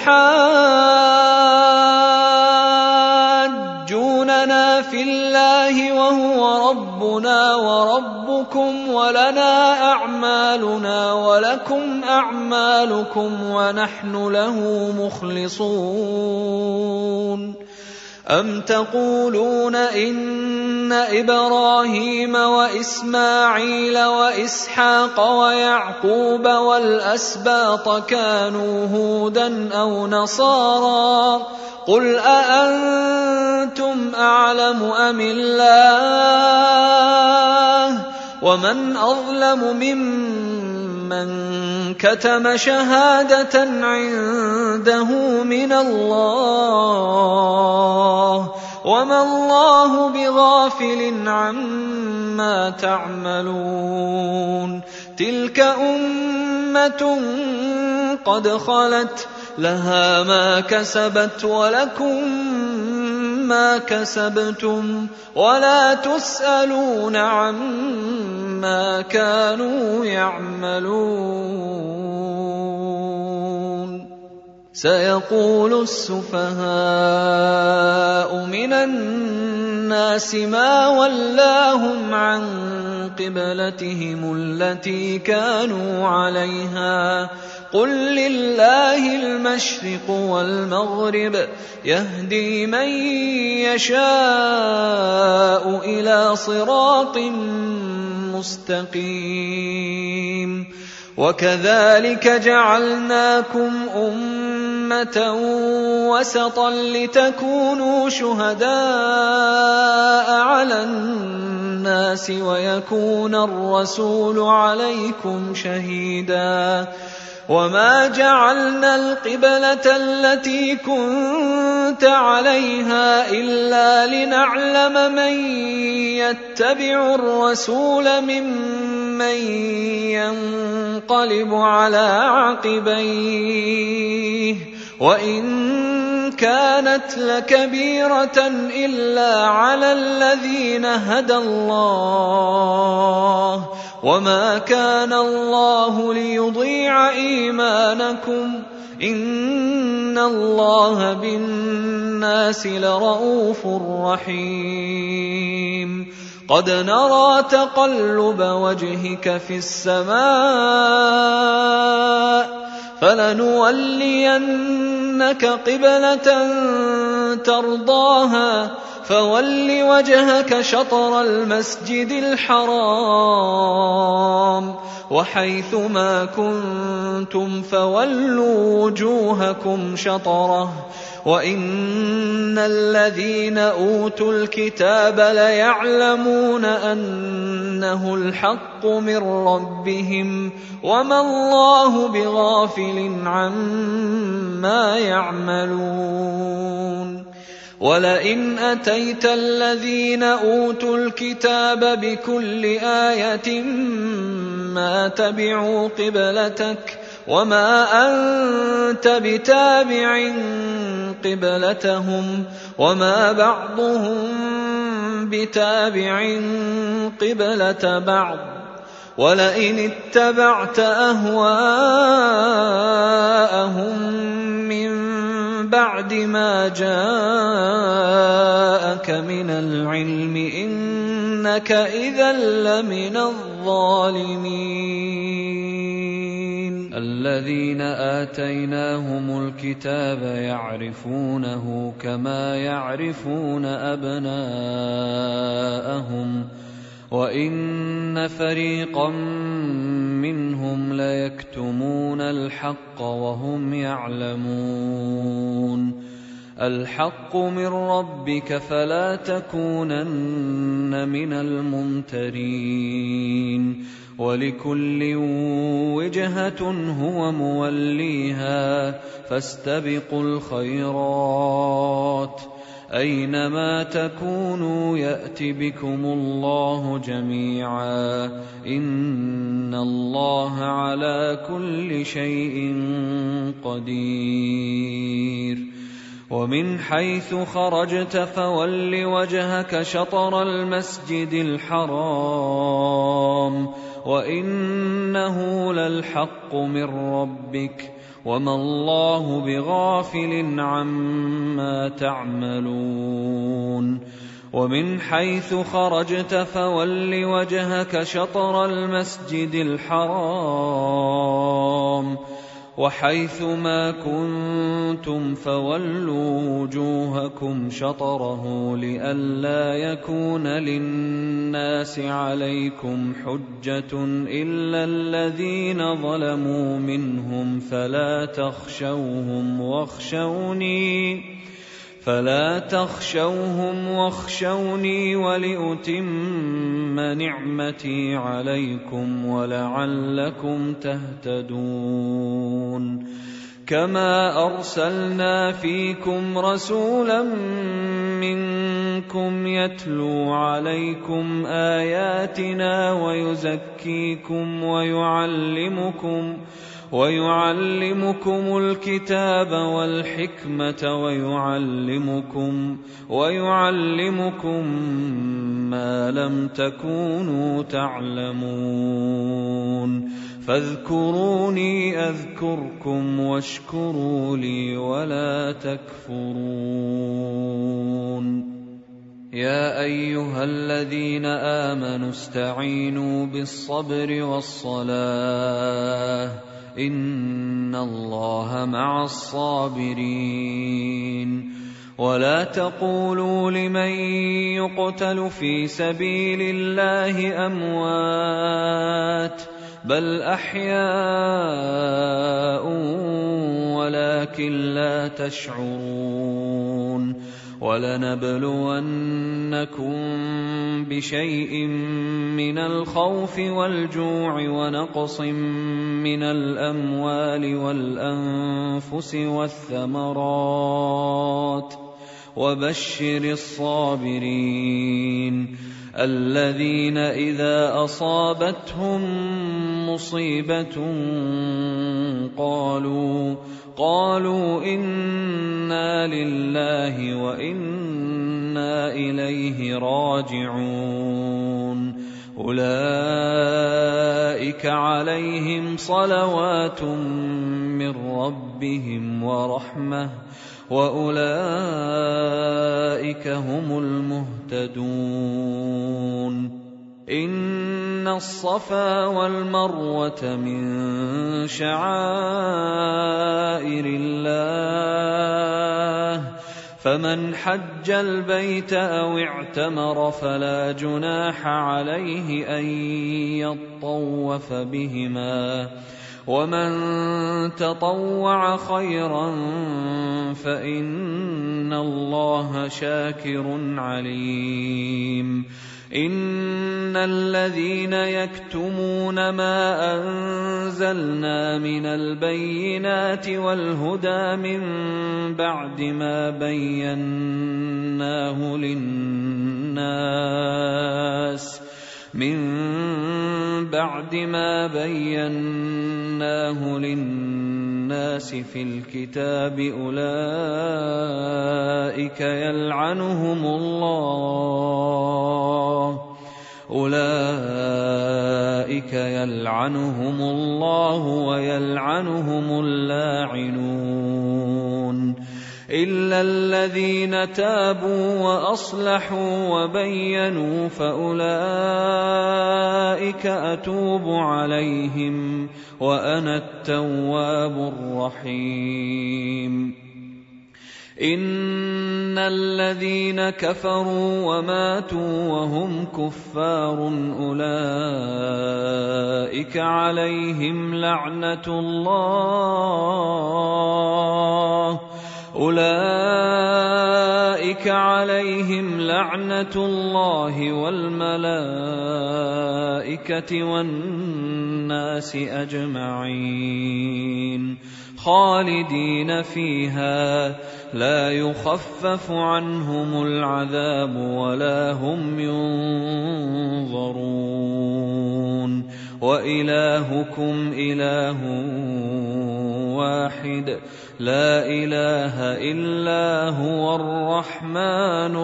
أتحاجوننا في الله وهو ربنا وربكم ولنا أعمالنا ولكم أعمالكم ونحن له مخلصون أم تقولون إن إبراهيم وإسماعيل وإسحاق ويعقوب والأسباط كانوا هودا أو نصارى قل أأنتم أعلم أم الله ومن أظلم ممن كتم شهادة عنده من الله وما الله بغافل عما تعملون تلك أمة قد خلت لها ما كسبت ولكم ما كسبتم ولا تسألون عما كانوا يعملون سيقول السفهاء من الناس ما ولاهم عن قبلتهم التي كانوا عليها قل لله المشرق والمغرب يهدي من يشاء إلى صراط مستقيم وكذلك جعلناكم أمة وسطا لتكونوا شهداء على الناس ويكون الرسول عليكم شهيدا وما جعلنا القبلة التي كنت عليها إلا لنعلم من يتبع الرسول ممن ينقلب على عقبيه وإن كانت لكبيرة إلا على الذين هدى الله وما كان الله ليضيع إيمانكم إن الله بالناس لرءوف رحيم قد نرى تقلب وجهك في السماء فلنولينك قبلة ترضاها فول وجهك شطر المسجد الحرام وحيث ما كنتم فولوا وجوهكم شطره وإن الذين أوتوا الكتاب ليعلمون أنه الحق من ربهم وما الله بغافل عما يعملون ولئن أتيت الذين أوتوا الكتاب بكل آية ما تبعوا قبلتك وما أنت بتابع قبلتهم وما بعضهم بتابع قبلة بعض ولئن اتبعت أهواءهم من بعد ما جاءك من العلم إنك إذا لمن الظالمين الذين آتيناهم الكتاب يعرفونه كما يعرفون أبناءهم وَإِنَّ فَرِيقًا مِّنْهُمْ لَيَكْتُمُونَ الْحَقَّ وَهُمْ يَعْلَمُونَ. الْحَقُّ مِنْ رَبِّكَ فَلَا تَكُونَنَّ مِنَ الْمُمْتَرِينَ. وَلِكُلٍّ وِجْهَةٌ هُوَ مُوَلِّيهَا فَاسْتَبِقُوا الْخَيْرَاتِ أَيْنَمَا تَكُونُوا يَأْتِ بِكُمُ اللَّهُ جَمِيعًا إِنَّ اللَّهَ عَلَى كُلِّ شَيْءٍ قَدِيرٌ. وَمِنْ حَيْثُ خَرَجْتَ فَوَلِّ وَجْهَكَ شَطْرَ الْمَسْجِدِ الْحَرَامِ وَإِنَّهُ لَلْحَقُّ مِنْ رَبِّكَ وَمَا اللَّهُ بِغَافِلٍ عَمَّا تَعْمَلُونَ. وَمِنْ حَيْثُ خَرَجْتَ فَوَلِّ وَجْهَكَ شَطْرَ الْمَسْجِدِ الْحَرَامِ وَحَيْثُ مَا كُنتُمْ فَوَلُّوا وُجُوهَكُمْ شَطْرَهُ لِئَلَّا يَكُونَ لِلنَّاسِ عَلَيْكُمْ حُجَّةٌ إِلَّا الَّذِينَ ظَلَمُوا مِنْهُمْ فَلَا تَخْشَوْهُمْ وَاخْشَوْنِي فلا تخشوهم واخشوني ولأتم نعمتي عليكم ولعلكم تهتدون. كما أرسلنا فيكم رسولا منكم يتلو عليكم آياتنا ويزكيكم ويعلمكم ويعلمكم الكتاب والحكمة ويعلمكم ويعلمكم ما لم تكونوا تعلمون. فاذكروني أذكركم واشكروا لي ولا تكفرون. يا أيها الذين آمنوا استعينوا بالصبر والصلاة إن الله مع الصابرين. ولا تقولوا لمن يقتل في سبيل الله أموات بل أحياء ولكن لا تشعرون. ولنبلونكم بشيء من الخوف والجوع ونقص من الأموال والأنفس والثمرات وبشر الصابرين الذين إذا أصابتهم مصيبة قالوا قالوا إنا لله وإنا إليه راجعون. أولئك عليهم صلوات من ربهم ورحمة وأولئك هم المهتدون. إن الصفا والمروة من شعائر الله فمن حج البيت أو اعتمر فلا جناح عليه أن يطوف بهما ومن تطوع خيرا فإن الله شاكر عليم. إن الذين يكتمون ما أنزلنا من البينات والهدى من بعد ما بيناه للناس من بعد ما بيناه للناس في الكتاب أولئك يلعنهم الله أولئك يلعنهم الله ويلعنهم اللاعنون إلا الذين تابوا وأصلحوا وبينوا فأولئك أتوب عليهم وأنا التواب الرحيم. إن إن الذين كفروا وماتوا وهم كفار أولئك عليهم لعنة الله أولئك عليهم لعنة الله والملائكة والناس أجمعين خالدين فيها لا يخفف عنهم العذاب ولا هم ينظرون وإلهكم إله واحد لا إله إلا هو الرحمن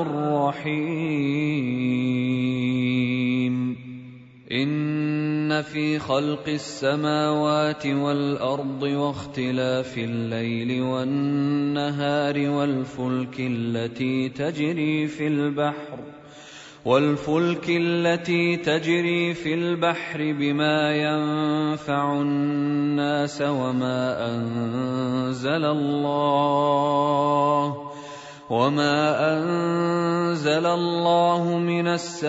الرحيم إن في خلق السماوات والأرض واختلاف الليل والنهار والفلك التي تجري في البحر والفلك التي تجري في البحر بما ينفع الناس وما أنزل الله وما أنزل الله من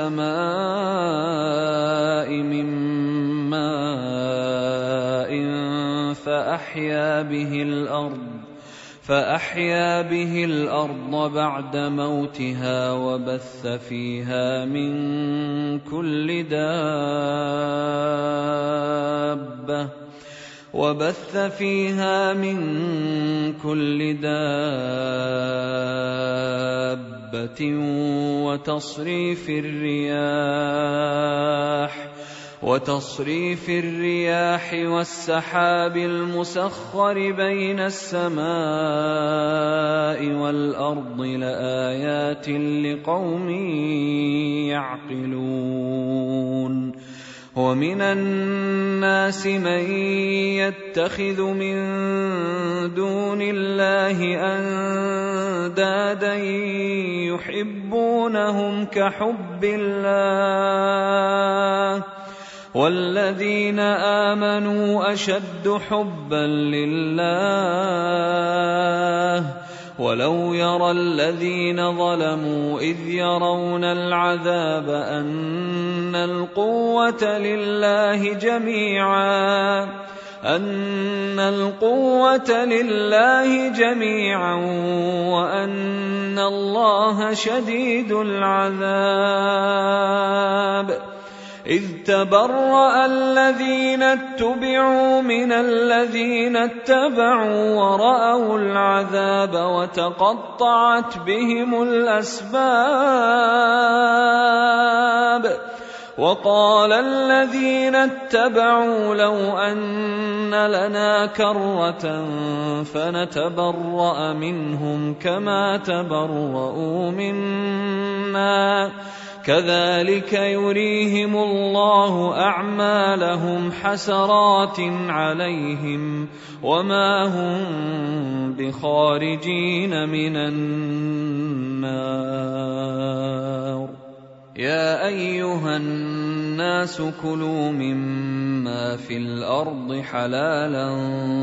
السماء من ماء فأحيا به الأرض فأحيا به الأرض بعد موتها وبث فيها من كل دابة وبث فيها من كل دابة وتصريف الرياح وتصريف الرياح والسحاب المسخر بين السماء والأرض لآيات لقوم يعقلون ومن الناس من يتخذ من دون الله أندادا يحبونهم كحب الله والذين آمنوا أشد حبا لله ولو يرى الذين ظلموا إذ يرون العذاب أن القوة لله جميعا أن القوة لله جميعا وأن الله شديد العذاب إذ تبرأ الذين اتبعوا من الذين اتبعوا ورأوا العذاب وتقطعت بهم الأسباب وقال الذين اتبعوا لو أن لنا كرة فنتبرأ منهم كما تبرؤوا منا كذلك يريهم الله أعمالهم حسرات عليهم وما هم بخارجين من النار يا أيها الناس كلوا مما في الأرض حلالا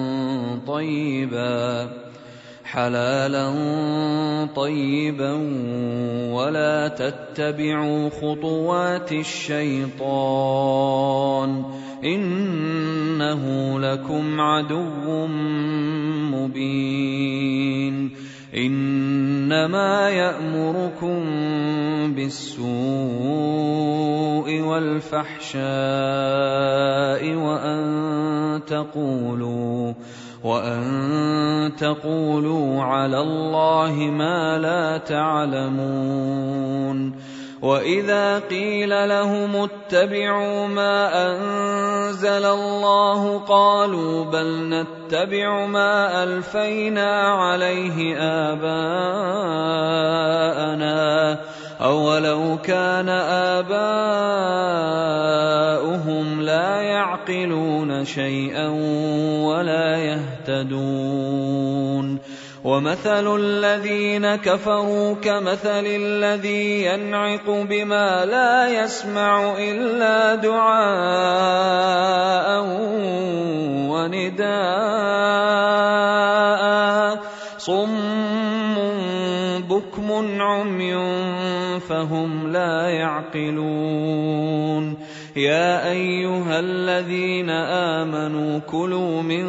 طيبا حلالا طيبا ولا تتبعوا خطوات الشيطان إنه لكم عدو مبين إنما يأمركم بالسوء والفحشاء وأن تقولوا وأن تقولوا على الله ما لا تعلمون وإذا قيل لهم اتبعوا ما أنزل الله قالوا بل نتبع ما ألفينا عليه آباءنا أولو كان آباؤهم لا يعقلون شيئا ولا يهتدون ومثل الذين كفروا كمثل الذي ينعق بما لا يسمع إلا دعاء ونداء صم بكم عمي فهم لا يعقلون يا أيها الذين آمنوا كلوا من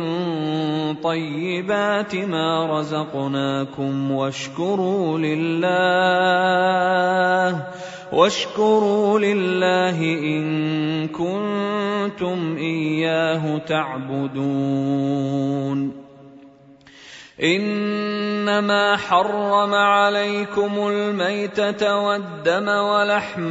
طيبات ما رزقناكم واشكروا لله واشكروا لله إن كنتم إياه تعبدون إنما حرم عليكم الميتة والدم ولحم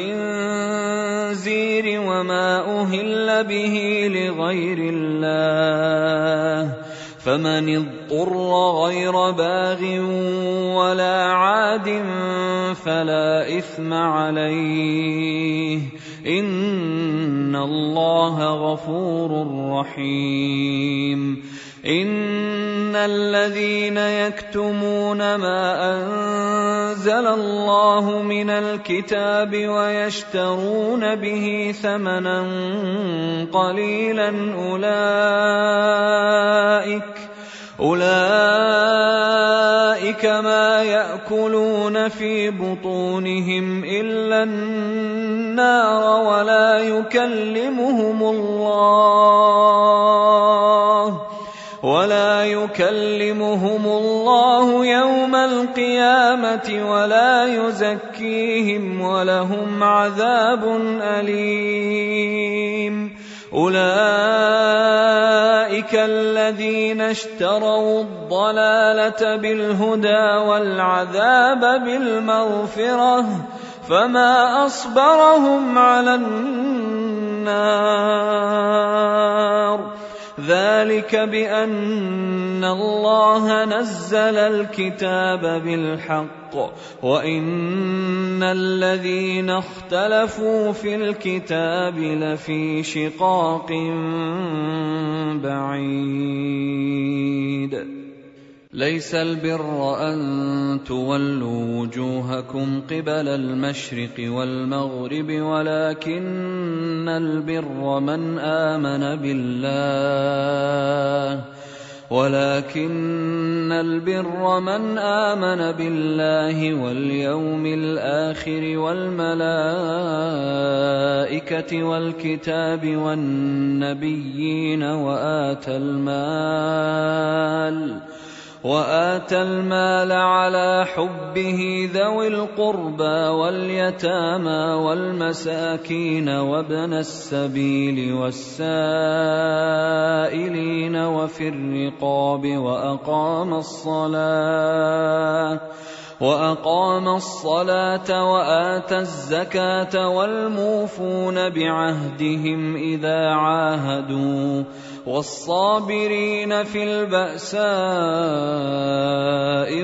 الخنزير وما أهل به لغير الله فمن اضطر غير باغ ولا عاد فلا إثم عليه إن الله غفور رحيم إن الذين يكتمون ما أنزل الله من الكتاب ويشترون به ثمنا قليلا أولئك أولئك ما يأكلون في بطونهم إلا النار ولا يكلمهم الله ولا يكلمهم الله يوم القيامة ولا يزكيهم ولهم عذاب أليم أولئك الذين اشتروا الضلالة بالهدى والعذاب بالمغفرة فما أصبرهم على النار ذلك بأن الله نزل الكتاب بالحق وإن الذين اختلفوا في الكتاب لفي شقاق بعيد ليس البر أن تولوا وجوهكم قبل المشرق والمغرب ولكن البر من آمن بالله ولكن البر من آمن بالله واليوم الآخر والملائكة والكتاب والنبيين وآتى المال وآتى المال على حبه ذوي القربى واليتامى والمساكين وابن السبيل والسائلين وفي الرقاب وأقام الصلاة وأقام الصلاة وآتى الزكاة والموفون بعهدهم إذا عاهدوا والصابرين في البأساء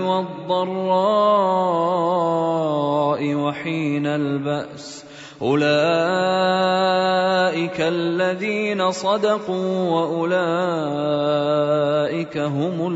والضراء وحين البأس أولئك الذين صدقوا وأولئك هم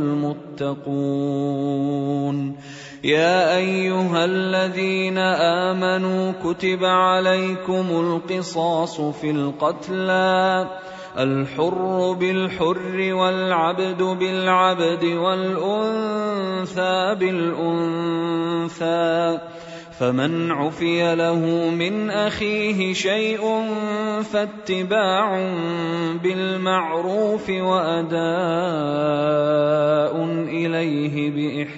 المتقون يا أيها الذين آمنوا كتب عليكم القصاص في القتلى الحر بالحر والعبد بالعبد والأنثى بالأنثى فمن عفي له من أخيه شيء فاتباع بالمعروف وأداء إليه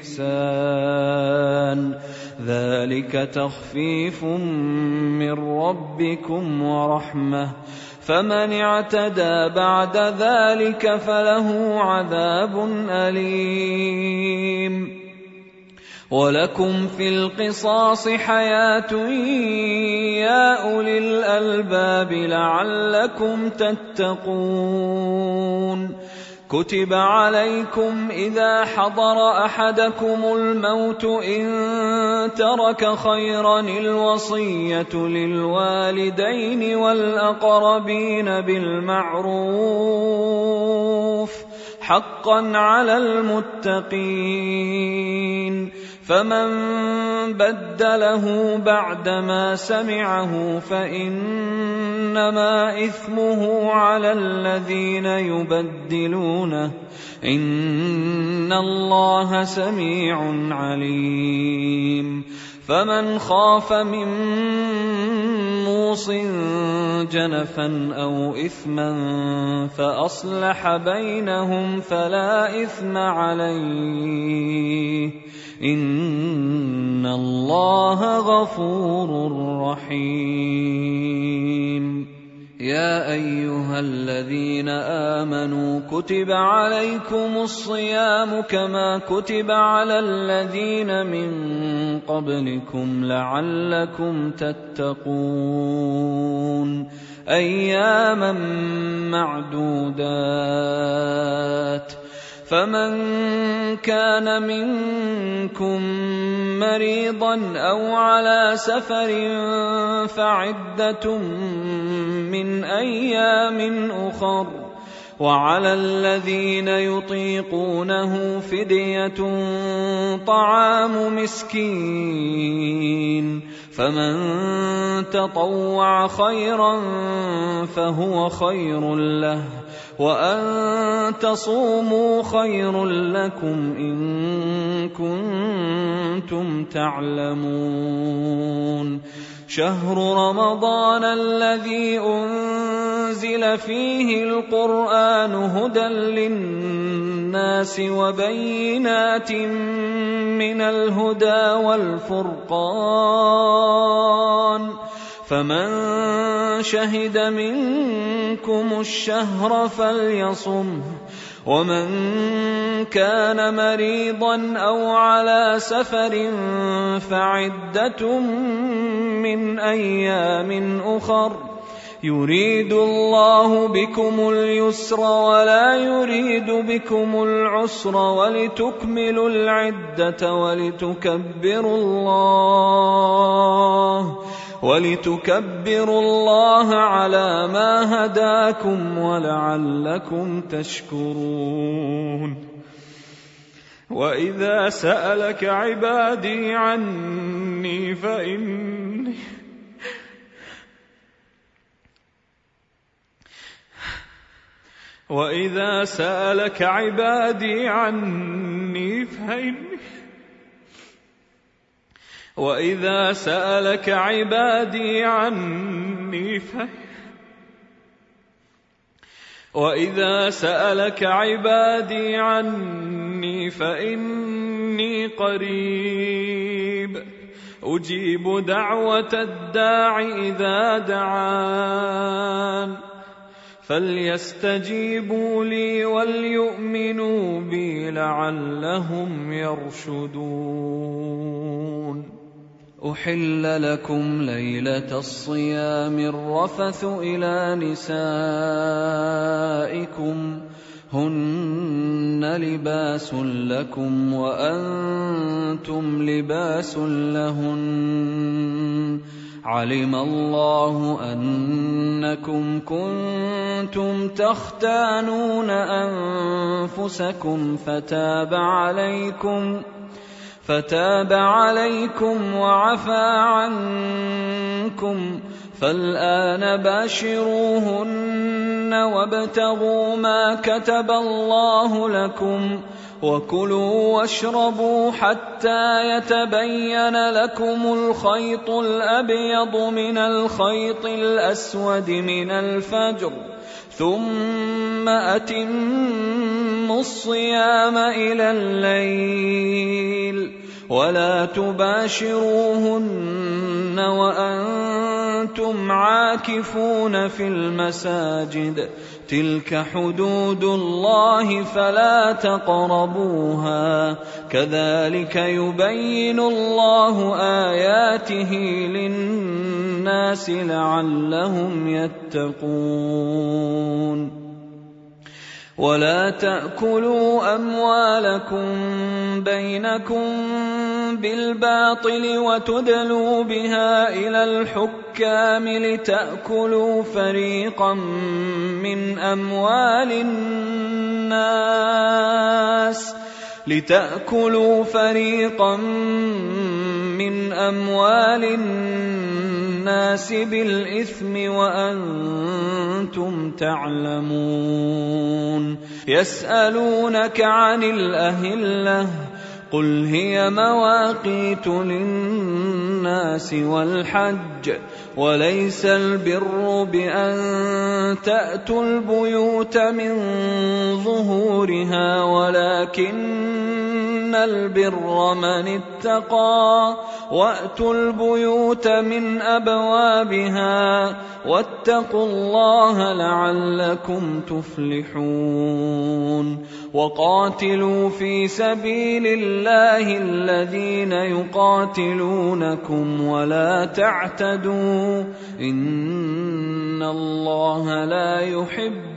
بإحسان ذلك تخفيف من ربكم ورحمة فمن اعتدى بعد ذلك فله عذاب أليم ولكم في القصاص حياة يا أولي الألباب لعلكم تتقون كتب عليكم إذا حضر أحدكم الموت إن ترك خيرا الوصية للوالدين والأقربين بالمعروف حقا على المتقين. فمن بدله بعدما سمعه فإنما إثمه على الذين يبدلونه، إن الله سميع عليم. فمن خاف من موص جنفا أو إثما فأصلح بينهم فلا إثم عليه، إن الله غفور رحيم. يا أيها الذين آمنوا كتب عليكم الصيام كما كتب على الذين من قبلكم لعلكم تتقون، أياما معدودات. فمن كان منكم مريضا أو على سفر فعدة من أيام أخر، وعلى الذين يطيقونه فدية طعام مسكين، فمن تطوع خيرا فهو خير له، وأن تصوموا خير لكم إن كنتم تعلمون. شهر رمضان الذي أنزل فيه القرآن هدى للناس وبينات من الهدى والفرقان، فمن شهد منكم الشهر فليصمه، ومن كان مريضا أو على سفر فعدة من أيام أخر، يريد الله بكم اليسر ولا يريد بكم العسر، ولتكملوا العدة ولتكبروا الله ولتكبروا الله على ما هداكم ولعلكم تشكرون. وإذا سألك عبادي عني فإني وإذا سألك عبادي عني فإني وإذا سألك عبادي عني فإني وإذا سألك عبادي عني فإني قريب أجيب دعوة الداع إذا دعان، فليستجيبوا لي وليؤمنوا بي لعلهم يرشدون. أحل لكم ليلة الصيام الرفث إلى نسائكم هن لباس لكم وأنتم لباس لهن، علم الله أنكم كنتم تختانون أنفسكم فتاب عليكم فتاب عليكم وعفى عنكم، فالآن باشروهن وابتغوا ما كتب الله لكم، وكلوا واشربوا حتى يتبين لكم الخيط الأبيض من الخيط الأسود من الفجر، ثم أتموا الصيام إلى الليل، ولا تباشروهن وأنتم عاكفون في المساجد، تلك حدود الله فلا تقربوها، كذلك يبين الله آياته للناس لعلهم يتقون. ولا تأكلوا أموالكم بينكم بالباطل وتدلوا بها إلى الحكام لتأكلوا فريقا من أموال الناس لتأكلوا فريقا من أموال الناس بالإثم وأنتم تعلمون. يسألونك عن الأهلة قل هي مواقيت للناس والحج وليس البر بأن تأتوا البيوت من ظهورها ولكن البر من اتقى وأتوا البيوت من أبوابها واتقوا الله لعلكم تفلحون. وقاتلوا في سبيل الله الذين يقاتلونكم ولا تعتدوا إن الله لا يحب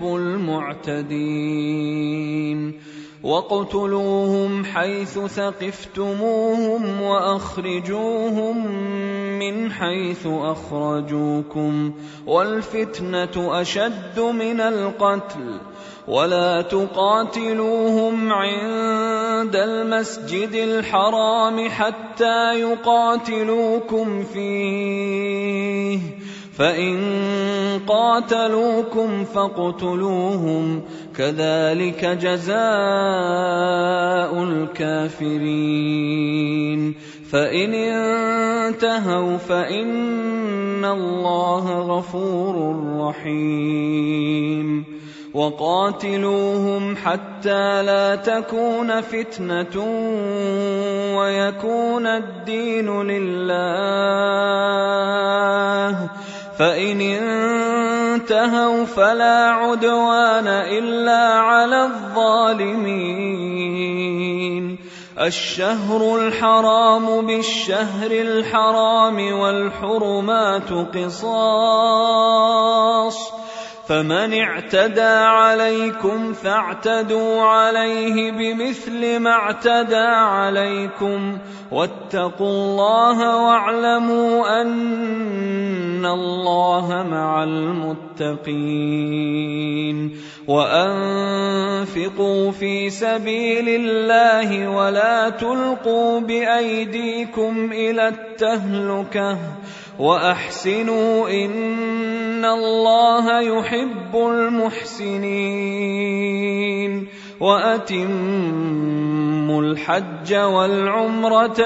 المعتدين. واقتلوهم حيث ثقفتموهم وأخرجوهم من حيث أخرجوكم والفتنة أشد من القتل ولا تقاتلوهم عند المسجد الحرام حتى يقاتلوكم فيه فإن قاتلوكم فاقتلوهم كذلك جزاء الكافرين. فإن انتهوا فإن الله غفور رحيم. وقاتلوهم حتى لا تكون فتنة ويكون الدين لله فإن انتهوا فلا عدوان إلا على الظالمين. الشهر الحرام بالشهر الحرام والحرمات قصاص فمن اعتدى عليكم فاعتدوا عليه بمثل ما اعتدى عليكم واتقوا الله واعلموا أن الله مع المتقين. وأنفقوا في سبيل الله ولا تلقوا بأيديكم إلى التهلكة وأحسنوا إن الله يحب المحسنين. وأتموا الحج والعمرة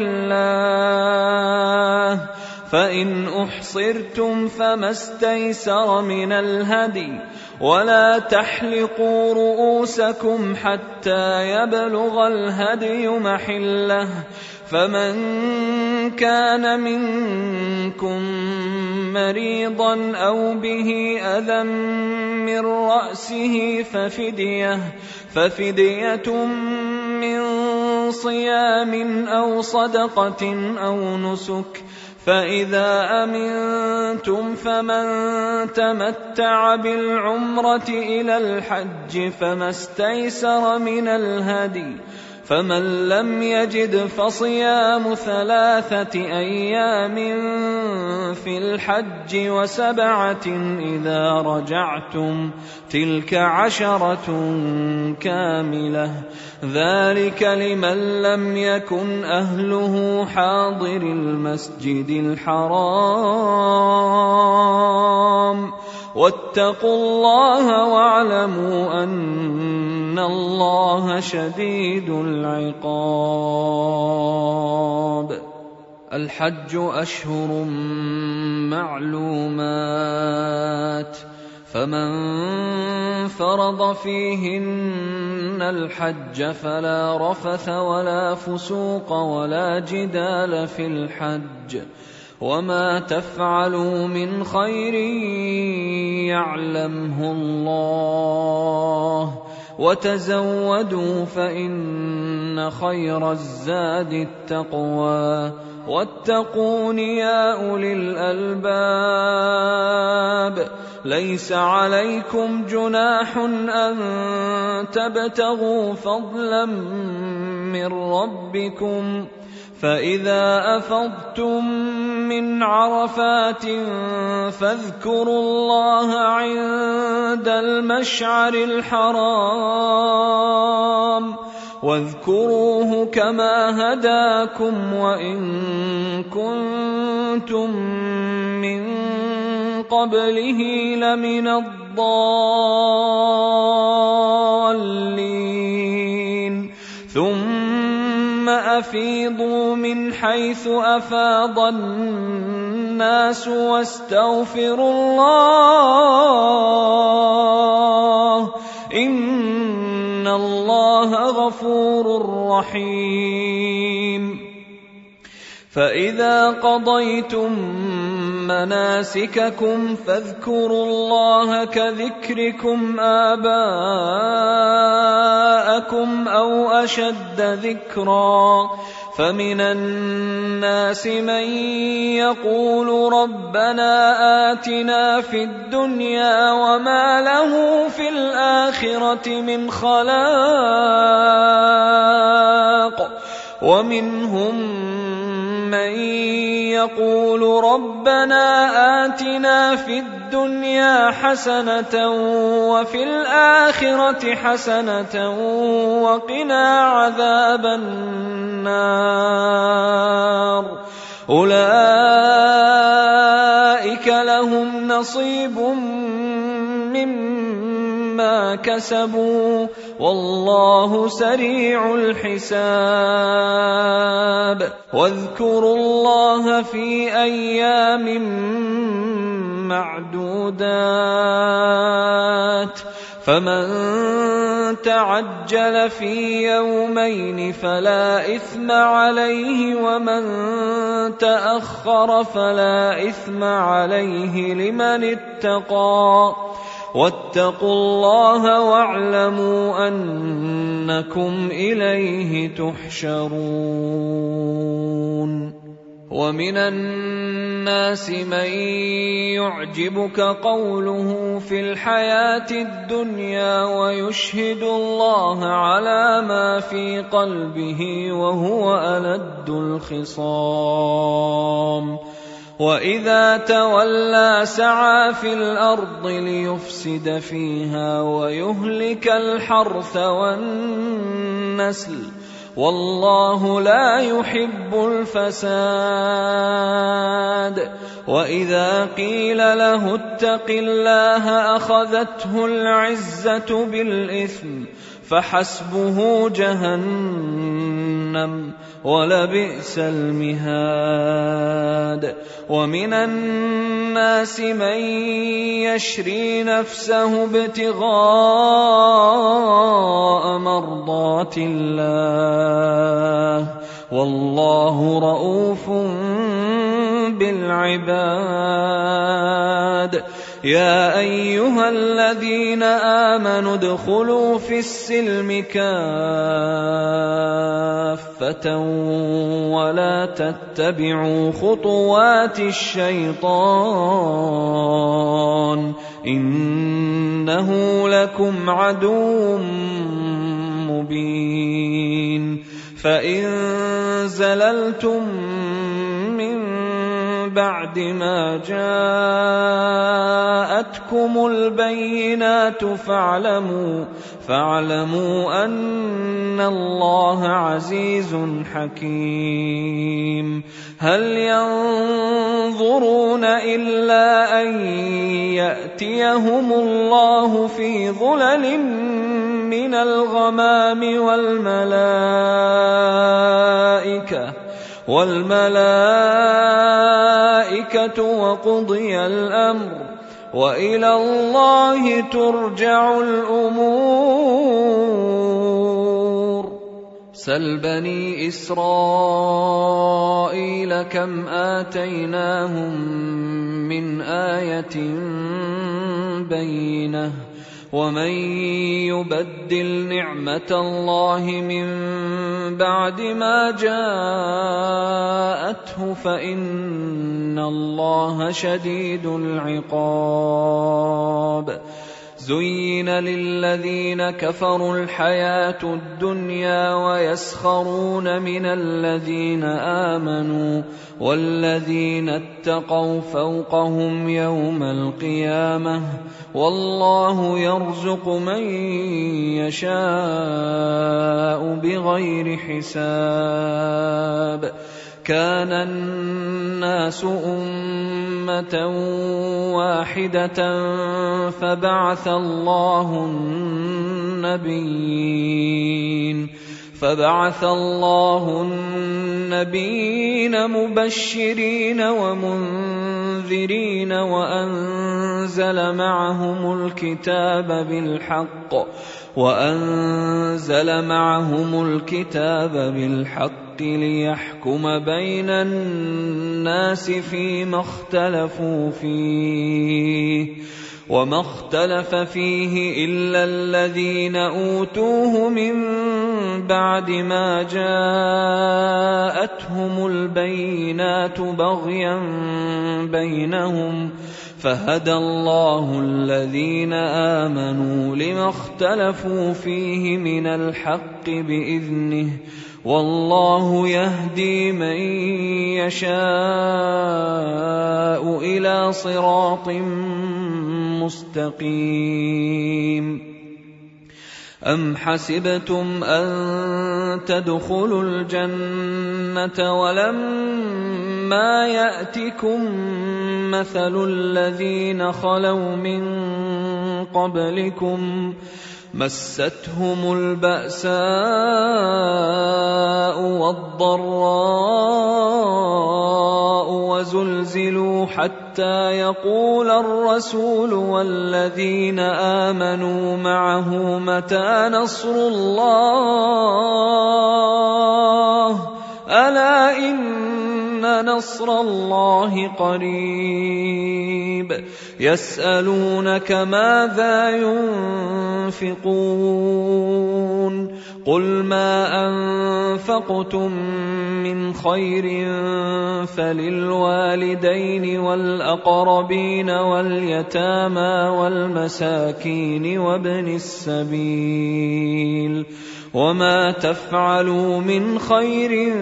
لله فإن أحصرتم فما استيسر من الهدي ولا تحلقوا رؤوسكم حتى يبلغ الهدي محله فمن كان منكم مريضا أو به أذى من رأسه ففدية, ففدية من صيام أو صدقة أو نسك فإذا أمنتم فمن تمتع بالعمرة إلى الحج فما استيسر من الهدي فمن لم يجد فصيام ثلاثة أيام في الحج وسبعة إذا رجعتم تلك عشرة كاملة ذلك لمن لم يكن أهله حاضر المسجد الحرام واتقوا الله واعلموا أن الله شديد العقاب. الحج أشهر معلومات فمن فرض فيهن الحج فلا رفث ولا فسوق ولا جدال في الحج وما تفعلوا من خير يعلمه الله وتزودوا فإن خير الزاد التقوى واتقون يا أولي الألباب ليس عليكم جناح أن تبتغوا فضلا من ربكم فإذا أفضتم من عرفات فاذكروا الله عند المشعر الحرام واذكروه كما هداكم وإن كنتم من قبله لمن الضالين ثم أفيضوا من حيث أفاض الناس واستغفروا الله إن الله غفور رحيم فإذا قضيتم مناسككم فاذكروا الله كذكركم آباءكم أو أشد ذكرا فمن الناس من يقول ربنا آتنا في الدنيا وما له في الآخرة من خلاق ومنهم من يقول ربنا آتنا في الدنيا حسنة وفي الآخرة حسنة وقنا عذاب النار أولئك لهم نصيب مما كسبوا والله سريع الحساب واذكروا الله في أيام معدودات فمن تعجل في يومين فلا إثم عليه ومن تأخر فلا إثم عليه لمن اتقى واتقوا الله واعلموا أنكم إليه تحشرون ومن الناس من يعجبك قوله في الحياة الدنيا ويشهد الله على ما في قلبه وهو ألد الخصام وإذا تولى سعى في الأرض ليفسد فيها ويهلك الحرث والنسل والله لا يحب الفساد وإذا قيل له اتق الله أخذته العزة بالإثم فحسبه جهنم ولبئس المهاد ومن الناس من يشري نفسه ابتغاء مرضات الله والله رؤوف بالعباد يا أيها الذين آمنوا ادخلوا في السلم كافة ولا تتبعوا خطوات الشيطان إنه لكم عدو مبين فإن زللتم من بعد ما جاءتكم البينات فاعلموا فاعلموا أن الله عزيز حكيم هل ينظرون إلا أن يأتيهم الله في ظلل من الغمام والملائكة والملائكة وقضي الأمر وإلى الله ترجع الأمور سل بني إسرائيل كم آتيناهم من آية بينة ومن يبدل نعمة الله من بعد ما جاءته فإن الله شديد العقاب. زين للذين كفروا الحياة الدنيا ويسخرون من الذين آمنوا والذين اتقوا فوقهم يوم القيامة والله يرزق من يشاء بغير حساب. كان الناس أمة واحدة فبعث الله النبيين فبعث الله النبيين مبشرين ومنذرين وأنزل معهم الكتاب بالحق وأنزل معهم الكتاب بالحق ليحكم بين الناس فيما اختلفوا فيه وما اختلف فيه إلا الذين أوتوه من بعد ما جاءتهم البينات بغيا بينهم فهدى الله الذين آمنوا لما اختلفوا فيه من الحق بإذنه والله يهدي من يشاء إلى صراط مستقيم. أم حسبتم أن تدخلوا الجنة ولما يأتكم مثل الذين خلوا من قبلكم مستهم البأساء والضراء وزلزلوا حتى يقول الرسول والذين آمنوا معه متى نصر الله ألا إن نصر الله قريب. يسألونك ماذا ينفقون قل ما أنفقتم من خير فللوالدين والأقربين واليتامى والمساكين وابن السبيل وما تفعلوا من خير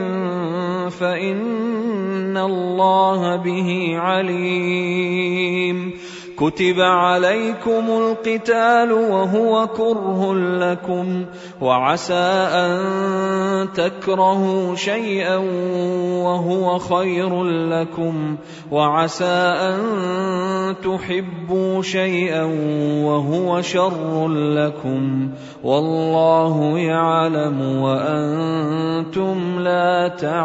فإن الله به عليم. كتب عليكم القتال وهو كره لكم وعسى أن تكرهوا شيئا وهو خير لكم وعسى أن تحبوا شيئا وهو شر لكم والله يعلم وأنتم لا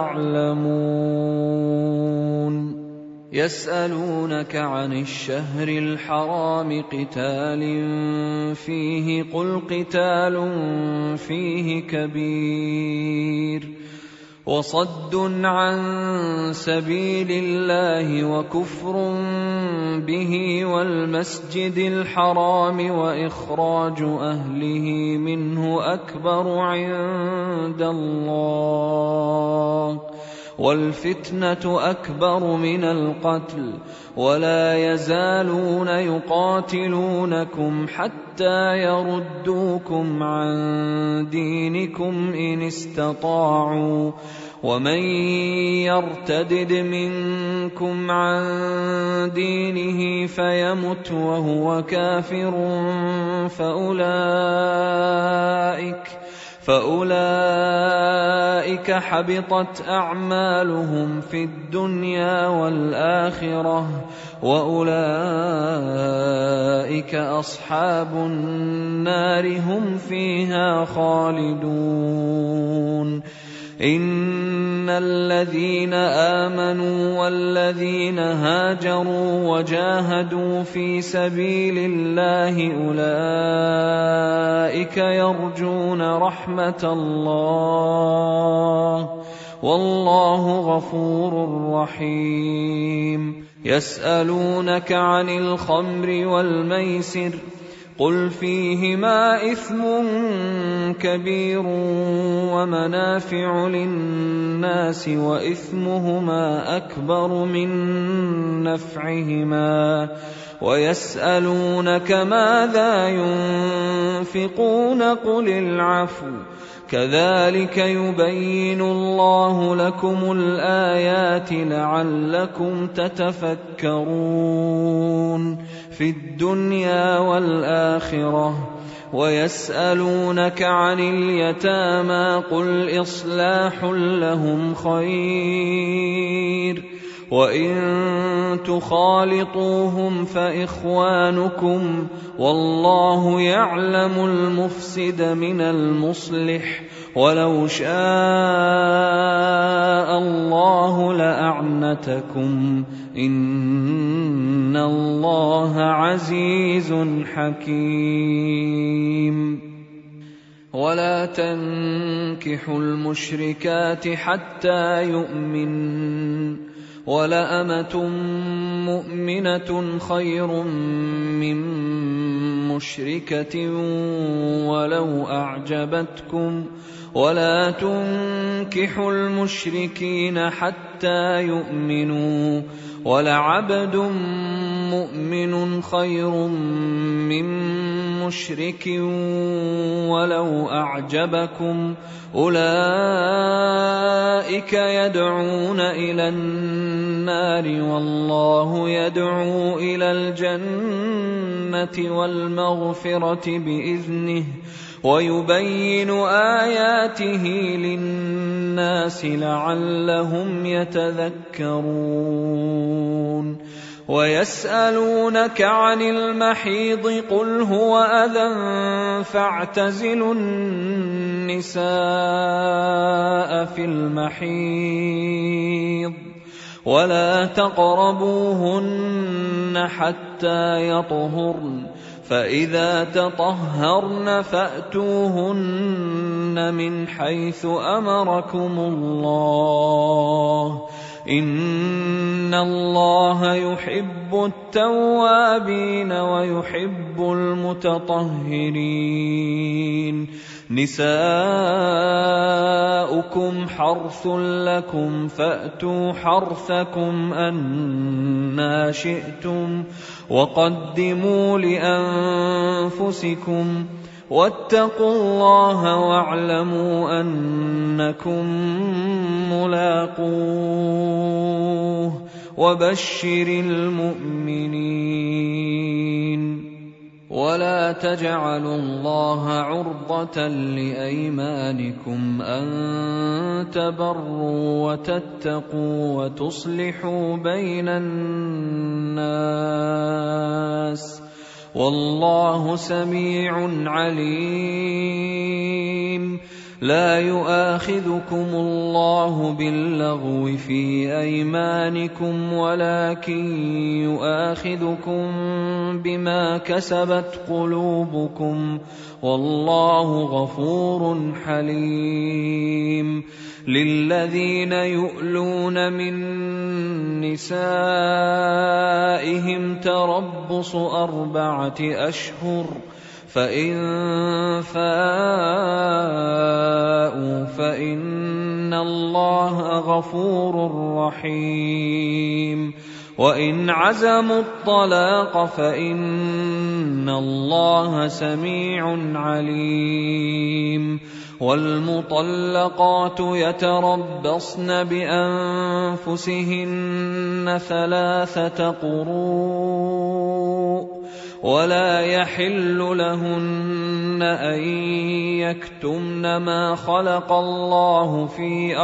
تعلمون. يسألونك عن الشهر الحرام قتال فيه قل قتال فيه كبير وصد عن سبيل الله وكفر به والمسجد الحرام وإخراج أهله منه أكبر عند الله والفتنة أكبر من القتل ولا يزالون يقاتلونكم حتى يردوكم عن دينكم إن استطاعوا ومن يرتدد منكم عن دينه فيمت وهو كافر فأولئك فأولئك حبطت أعمالهم في الدنيا والآخرة وأولئك أصحاب النار هم فيها خالدون. إن الذين آمنوا والذين هاجروا وجاهدوا في سبيل الله أولئك يرجون رحمة الله والله غفور رحيم. يسألونك عن الخمر والميسر قل فيهما إثم كبير ومنافع للناس وإثمهما أكبر من نفعهما ويسألونك ماذا ينفقون قل العفو كذلك يبين الله لكم الآيات لعلكم تتفكرون في الدنيا والآخرة ويسألونك عن اليتامى قل إصلاح لهم خير وإن تخالطوهم فإخوانكم والله يعلم المفسد من المصلح ولو شاء الله لأعنتكم إن الله عزيز حكيم ولا تنكحوا المشركات حتى يؤمنن ولأمة مؤمنة خير من مشركة ولو أعجبتكم ولا تنكحوا المشركين حتى يؤمنوا ولعبد مؤمن خير من مشرك ولو أعجبكم أولئك يدعون إلى النار والله يدعو إلى الجنة والمغفرة بإذنه ويبين آياته للناس لعلهم يتذكرون ويسألونك عن المحيض قل هو أذى فاعتزلوا النساء في المحيض ولا تقربوهن حتى يطهرن فإذا تطهرن فأتوهن من حيث أمركم الله إن الله يحب التوابين ويحب المتطهرين نساؤكم حرث لكم فأتوا حرثكم أنى شئتم وقدموا لأنفسكم واتقوا الله واعلموا أنكم ملاقوه وبشر المؤمنين ولا تجعلوا الله عرضة لأيمانكم أن تبروا وتتقوا وتصلحوا بين الناس والله سميع عليم لا يؤاخذكم الله باللغو في أيمانكم ولكن يؤاخذكم بما كسبت قلوبكم والله غفور حليم للذين يؤلون من نسائهم تربص أربعة أشهر فإن فاءوا فإن الله غفور رحيم وإن عزموا الطلاق فإن الله سميع عليم والمطلقات يتربصن بأنفسهن ثلاثة قروء ولا يحل لهن أن يكتمن ما خلق الله في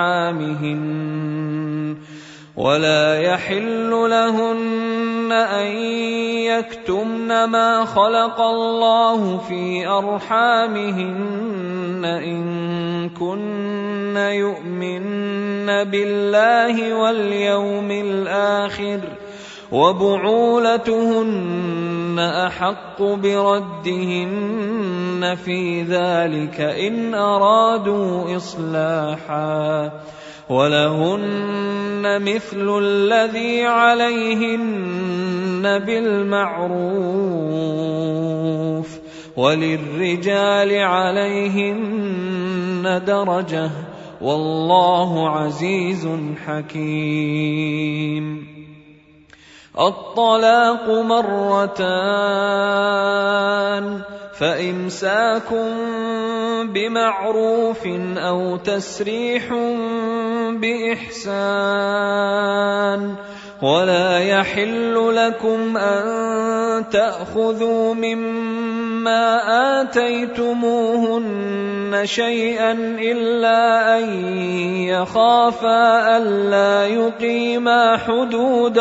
أرحامهن ولا يحل لهن أن يكتمن ما خلق الله في أرحامهن إن كن يؤمن بالله واليوم الآخر وبعولتهن أحق بردهن في ذلك إن أرادوا إصلاحا ولهن مثل الذي عليهن بالمعروف وللرجال عليهن درجة والله عزيز حكيم. الطلاق مرتان فإمساك بمعروف أو تسريح بإحسان ولا يحل لكم أن تأخذوا مما آتيتموهن شيئا إلا أن يخافا ألا يقيما حدود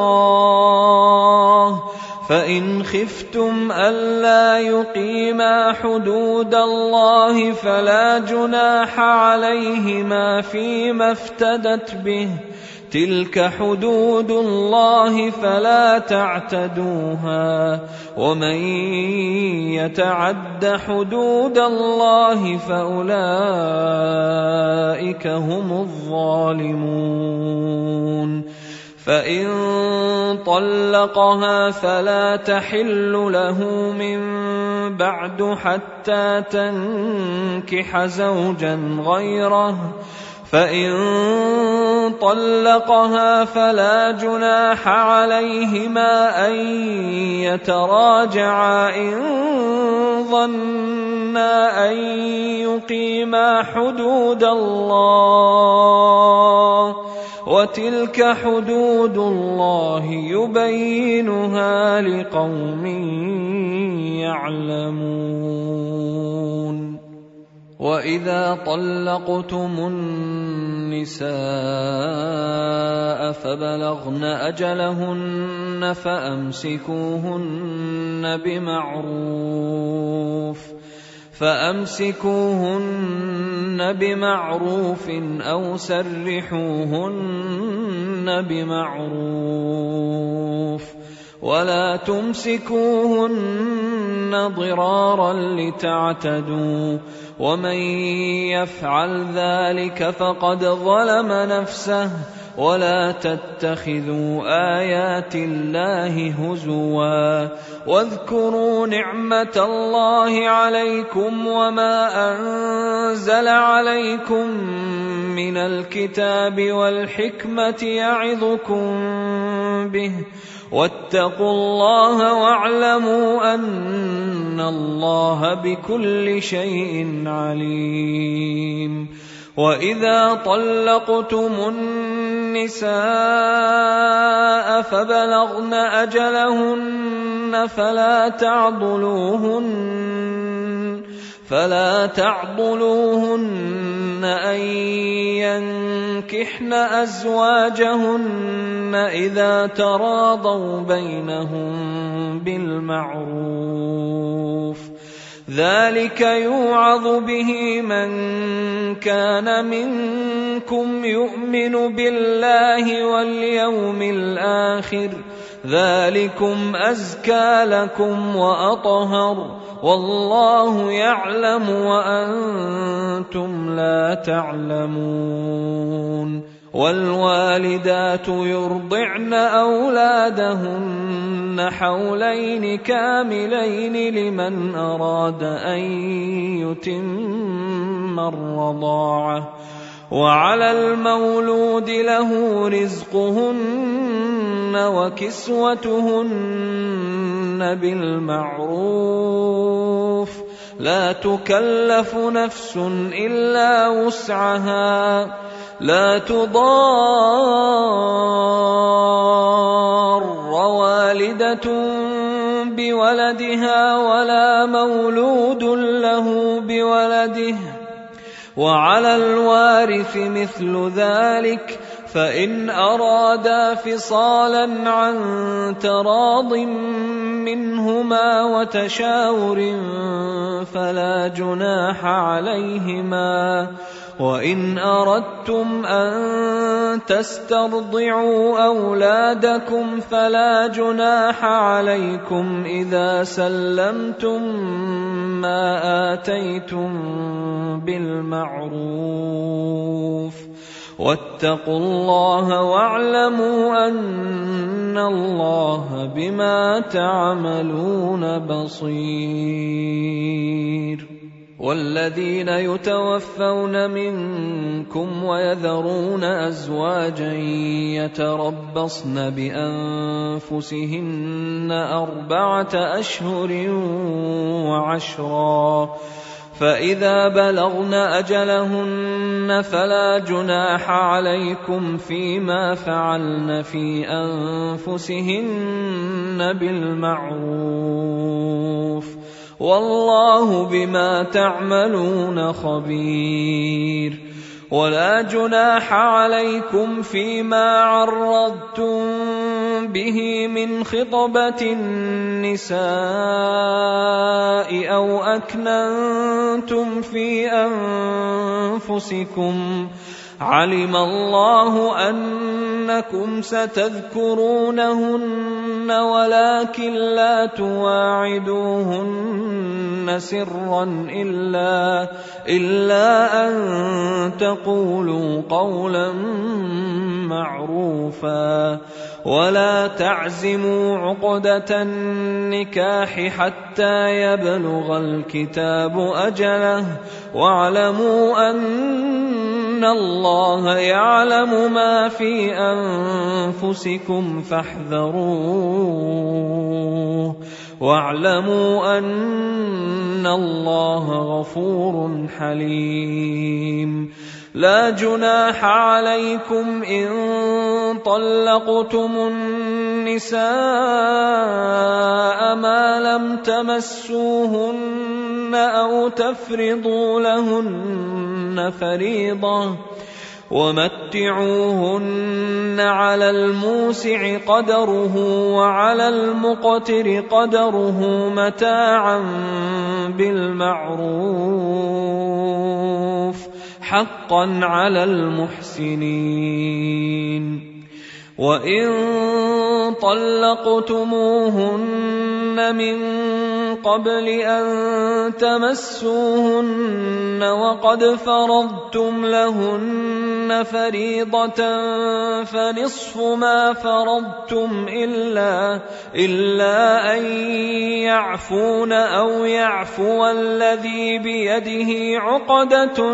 الله فإن خفتم ألا يقيما حدود الله فلا جناح عليهما فيما افتدت به تلك حدود الله فلا تعتدوها ومن يتعد حدود الله فأولئك هم الظالمون. فإن طلقها فلا تحل له من بعد حتى تنكح زوجا غيره فإن طلقها فلا جناح عليهما أن يتراجعا إن ظنا أن يقيما حدود الله وتلك حدود الله يبينها لقوم يعلمون. وإذا طلقتم النساء فبلغن أجلهن فأمسكوهن بمعروف فأمسكوهن بمعروف أو سرحوهن بمعروف ولا تمسكوهن ضرارا لتعتدوا ومن يفعل ذلك فقد ظلم نفسه ولا تتخذوا آيات الله هزوا واذكروا نعمة الله عليكم وما أنزل عليكم من الكتاب والحكمة يعظكم به واتقوا الله واعلموا أن الله بكل شيء عليم. وإذا طلقتم النساء فبلغن أجلهن فلا تعضلوهن فلا تعضلوهن أن ينكحن أزواجهن إذا تراضوا بينهم بالمعروف ذلك يوعظ به من كان منكم يؤمن بالله واليوم الآخر ذلكم أزكى لكم وأطهر والله يعلم وأنتم لا تعلمون. والوالدات يرضعن أولادهن حولين كاملين لمن أراد أن يتم الرضاعة وعلى المولود له رزقهن وكسوتهن بالمعروف لا تكلف نفس إلا وسعها لا تضار والدة بولدها ولا مولود له بولده وعلى الوارث مثل ذلك فإن أرادا فصالا عن تراض منهما وتشاور فلا جناح عليهما. وإن أردتم أن تسترضعوا أولادكم فلا جناح عليكم إذا سلمتم ما آتيتم بالمعروف واتقوا الله واعلموا أن الله بما تعملون بصير. والذين يتوفون منكم ويذرون أزواجا يتربصن بأنفسهن أربعة أشهر وعشرا، فإذا بلغن أجلهن فلا جناح عليكم فيما فعلن في أنفسهن بالمعروف، والله بما تعملون خبير. ولا جناح عليكم فيما عرضتم به من خطبة النساء أو أكننتم في أنفسكم، علم الله أنكم ستذكرونهن ولكن لا تواعدوهن سرا إلا, إلا أن تقولوا قولا معروفا، ولا تعزموا عقدة النكاح حتى يبلغ الكتاب أجله، واعلموا أن الله يعلم ما في أنفسكم فاحذروه، واعلموا أن الله غفور حليم. لا جناح عليكم إن طلقتم النساء ما لم تمسوهن أو تفرضوا لهن فريضة، ومتعوهن على الموسع قدره وعلى المقتر قدره متاعا بالمعروف حقا على المحسنين. وإن طلقتموهن من قبل أن تمسوهن وقد فرضتم لهن فريضة فنصف ما فرضتم إلا, إلا أن يعفون أو يعفو الذي بيده عقدة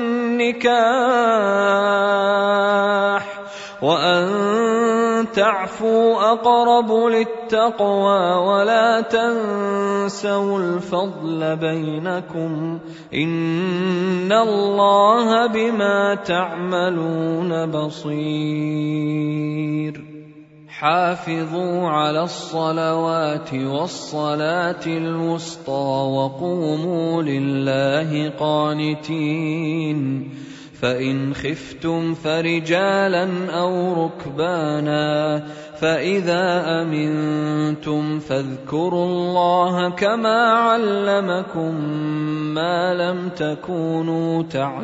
النكاح، وأن تعفوا أقرب للتقوى، ولا تنسوا الفضل بينكم، إن الله بما تعملون بصير. حافظوا على الصلوات والصلاة الوسطى وقوموا لله قانتين، فإن خفتم فرجالا أو ركبانا، فإذا أمنتم فاذكروا الله كما علمكم ما لم تكونوا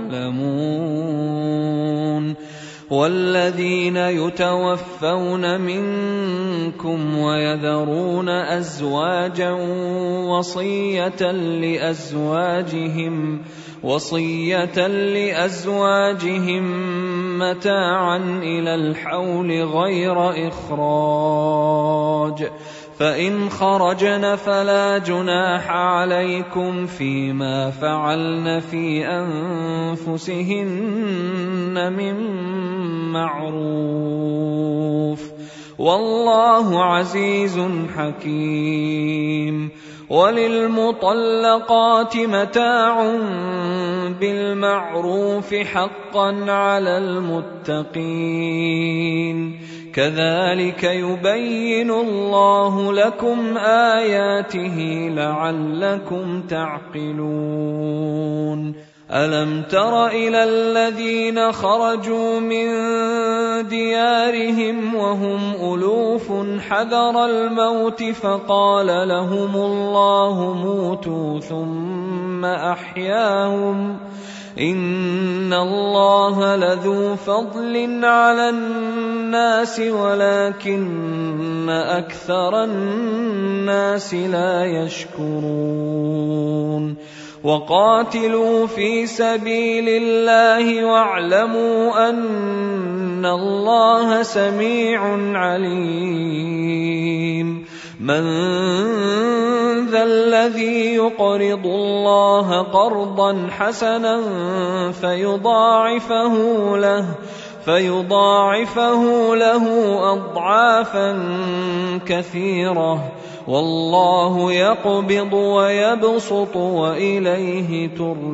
تعلمون. والذين يتوفون منكم ويذرون أزواجا وصية لأزواجهم وصية لأزواجهم متاعا إلى الحول غير إخراج، فإن خرجن فلا جناح عليكم فيما فعلن في أنفسهن من معروف، والله عزيز حكيم. وللمطلقات متاع بالمعروف حقا على المتقين، كذلك يبين الله لكم آياته لعلكم تعقلون. ألم تر إلى الذين خرجوا من ديارهم وهم ألوف حذر الموت فقال لهم الله موتوا ثم أحياهم، إن الله لذو فضل على الناس ولكن أكثر الناس لا يشكرون. وقاتلوا في سبيل الله واعلموا أن الله سميع عليم. من ذا الذي يقرض الله قرضا حسنا فيضاعفه له فيضاعفه له أضعافا كثيرة والله يقبض ويبسط وإليه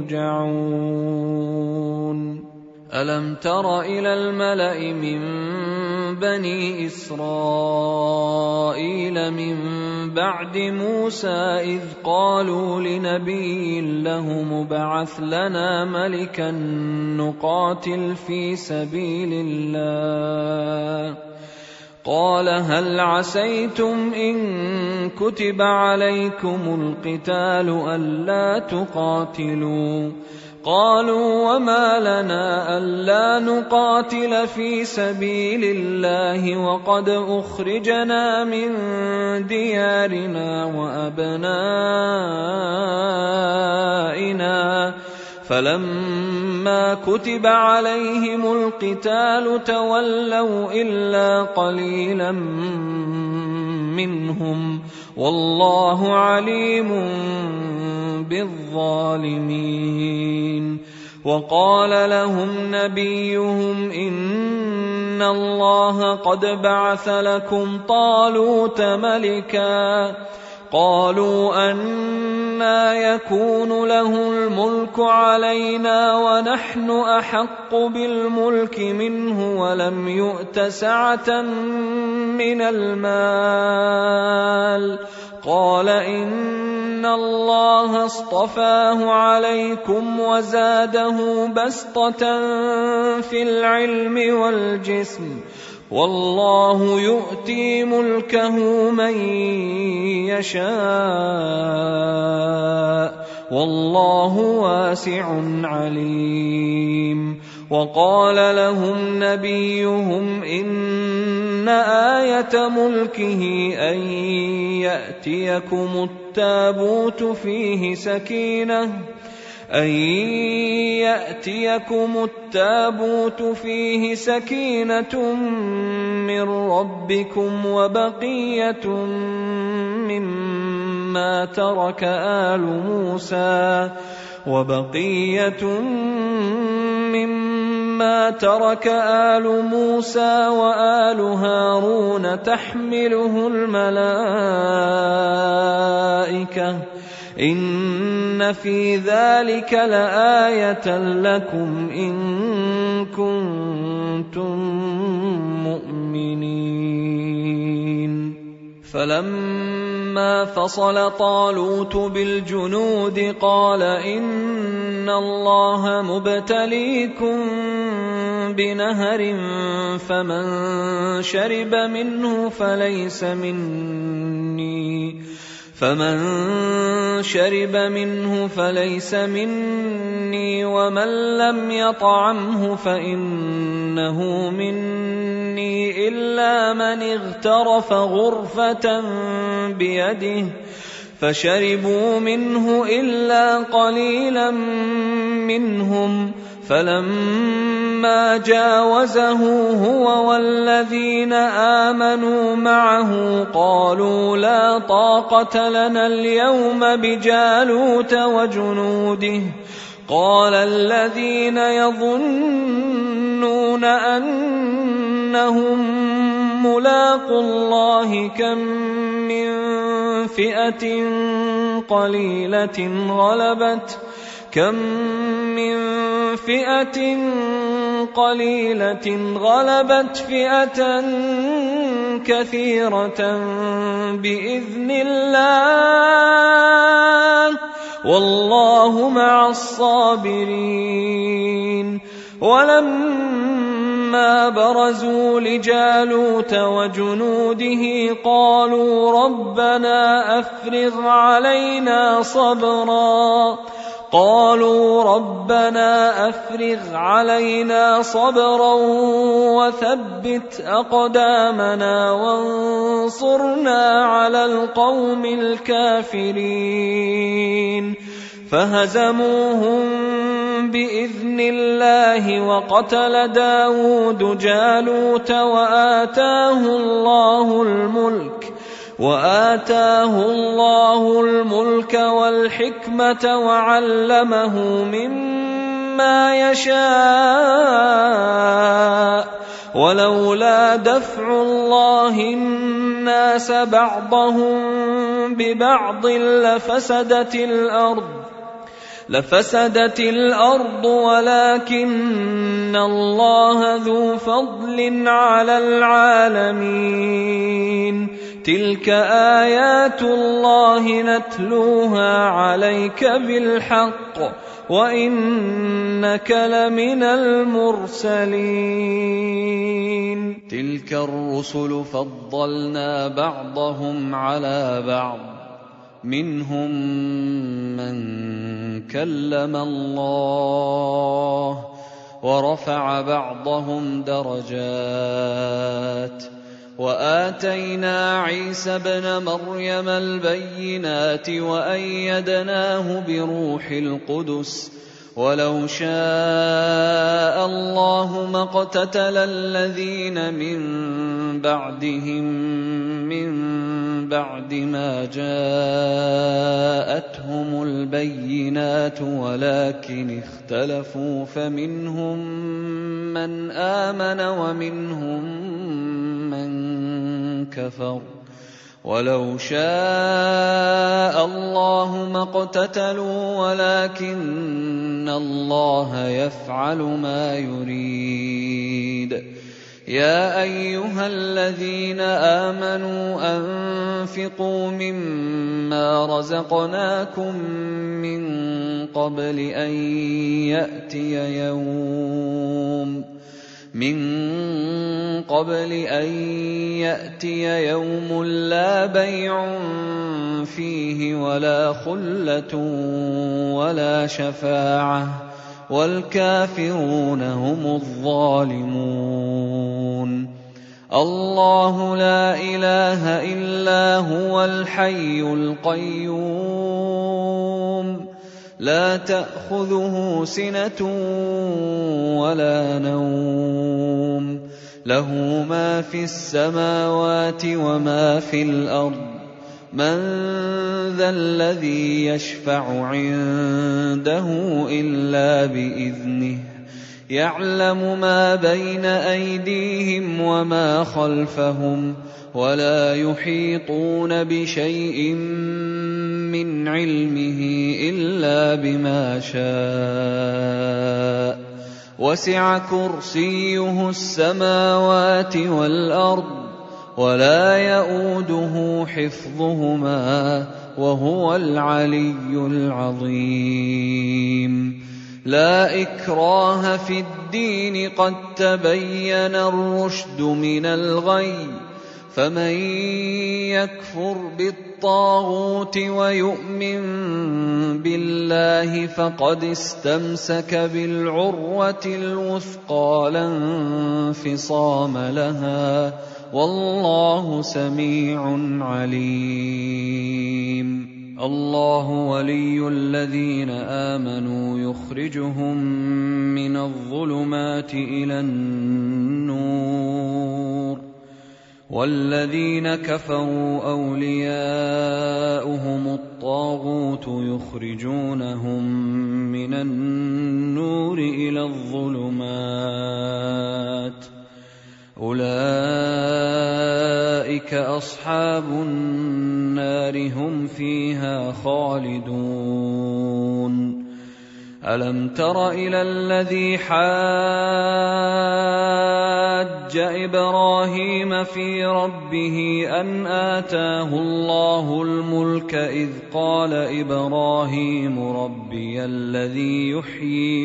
ترجعون. ألم تر إلى الملأ من بني إسرائيل من بعد موسى إذ قالوا لنبي له ابعث لنا ملكا نقاتل في سبيل الله قال هل عسيتم إن كتب عليكم القتال ألا تقاتلوا قالوا وما لنا ألا نقاتل في سبيل الله وقد أخرجنا من ديارنا وأبنائنا فلما كتب عليهم القتال تولوا إلا قليلا منهم والله عليم بالظالمين. وقال لهم نبيهم إن الله قد بعث لكم طالوت ملكا قالوا أنى يكون له الملك علينا ونحن أحق بالملك منه ولم يؤت سعة من المال قال إن الله اصطفاه عليكم وزاده بسطة في العلم والجسم والله يؤتي ملكه من يشاء والله واسع عليم. وقال لهم نبيهم إن آية ملكه أن يأتيكم التابوت فيه سكينة أن يأتيكم التابوت فيه سكينة من ربكم وبقية مما ترك آل موسى وبقية مما ترك آل موسى وآل هارون تحمله الملائكة إن في ذلك لآية لكم إن كنتم مؤمنين. فلما فصل طالوت بالجنود قال إن الله مبتليكم بنهر فمن شرب منه فليس مني فمن شرب منه فليس مني ومن لم يطعمه فإنه مني إلا من اغترف غرفة بيده فشربوا منه إلا قليلا منهم فلما جاوزه هو والذين آمنوا معه قالوا لا طاقة لنا اليوم بجالوت وجنوده قال الذين يظنون أنهم ملاقو الله كم من فئة قليلة غلبت كم من فئة قليلة غلبت فئة كثيرة بإذن الله والله مع الصابرين. ولما برزوا لجالوت وجنوده قالوا ربنا أفرغ علينا صبرا قالوا ربنا أفرغ علينا صبرا وثبت أقدامنا وانصرنا على القوم الكافرين. فهزموهم بإذن الله وقتل داود جالوت وآتاه الله الملك وآتاه الله الملك والحكمة وعلمه مما يشاء ولولا دفع الله الناس بعضهم ببعض لفسدت الأرض لفسدت الأرض ولكن الله ذو فضل على العالمين. تلك آيات الله نتلوها عليك بالحق وإنك لمن المرسلين. تلك الرسل فضلنا بعضهم على بعض منهم من كلم الله ورفع بعضهم درجات وآتينا عيسى ابن مريم البينات وأيدناه بروح القدس ولو شاء الله ما اقتتل الذين من بعدهم من بعد ما جاءتهم البينات ولكن اختلفوا فمنهم من آمن ومنهم من كفر ولو شاء الله ما اقتتلوا ولكن الله يفعل ما يريد. يا أيها الذين آمنوا أنفقوا مما رزقناكم من قبل أن يأتي يوم من قبل أن يأتي يوم لا بيع فيه ولا خلة ولا شفاعة والكافرون هم الظالمون. الله لا إله إلا هو الحي القيوم لا تأخذه سنة ولا نوم له ما في السماوات وما في الأرض من ذا الذي يشفع عنده إلا بإذنه يعلم ما بين أيديهم وما خلفهم ولا يحيطون بشيء من علمه إلا بما شاء وسع كرسيه السماوات والأرض ولا يؤوده حفظهما وهو العلي العظيم. لا إكراه في الدين قد تبين الرشد من الغي فمن يكفر بالطاغوت ويؤمن بالله فقد استمسك بالعروة الوثقى لا انفصام لها والله سميع عليم. الله ولي الذين آمنوا يخرجهم من الظلمات إلى النور والذين كفروا أولياؤهم الطاغوت يخرجونهم من النور إلى الظلمات أولئك أصحاب النار هم فيها خالدون. ألم تر إلى الذي حاج إبراهيم في ربه أن آتاه الله الملك إذ قال إبراهيم ربي الذي يحيي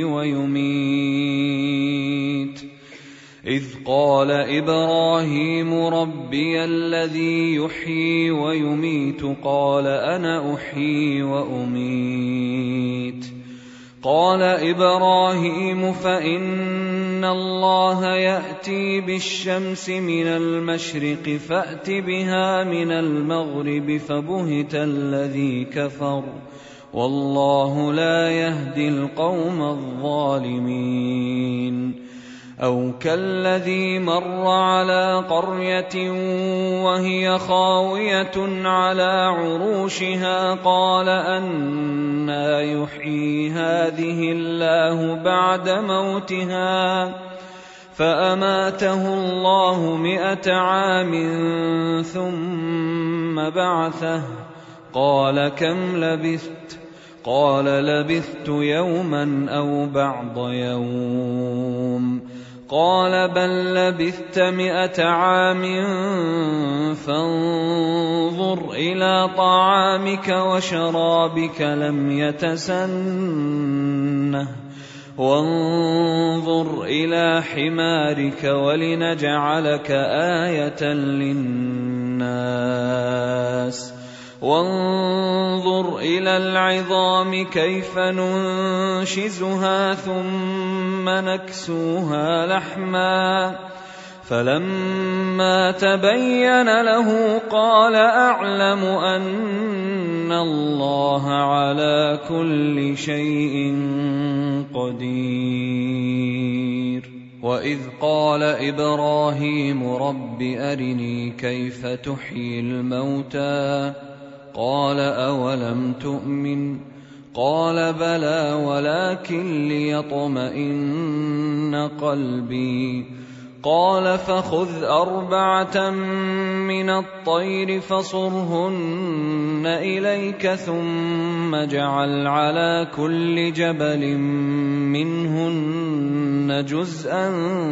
ويميت إذ قال إبراهيم ربي الذي يحيي ويميت قال أنا أحيي وأميت قال إبراهيم فإن الله يأتي بالشمس من المشرق فأت بها من المغرب فبهت الذي كفر والله لا يهدي القوم الظالمين. أو كالذي مر على قرية وهي خاوية على عروشها قال أنى يحيي هذه الله بعد موتها فأماته الله مئة عام ثم بعثه قال كم لبثت؟ قال لبثت يوما أو بعض يوم. قال بل لبثت مئة عام فانظر إلى طعامك وشرابك لم يتسنه وانظر إلى حمارك ولنجعلك آية للناس وانظر إلى العظام كيف ننشزها ثم نكسوها لحما فلما تبين له قال أعلم أن الله على كل شيء قدير. وإذ قال إبراهيم رب أرني كيف تحيي الموتى قال أولم تؤمن قال بلى ولكن ليطمئن قلبي قال فخذ أربعة من الطير فصرهن إليك ثم اجعل على كل جبل منهن جزءا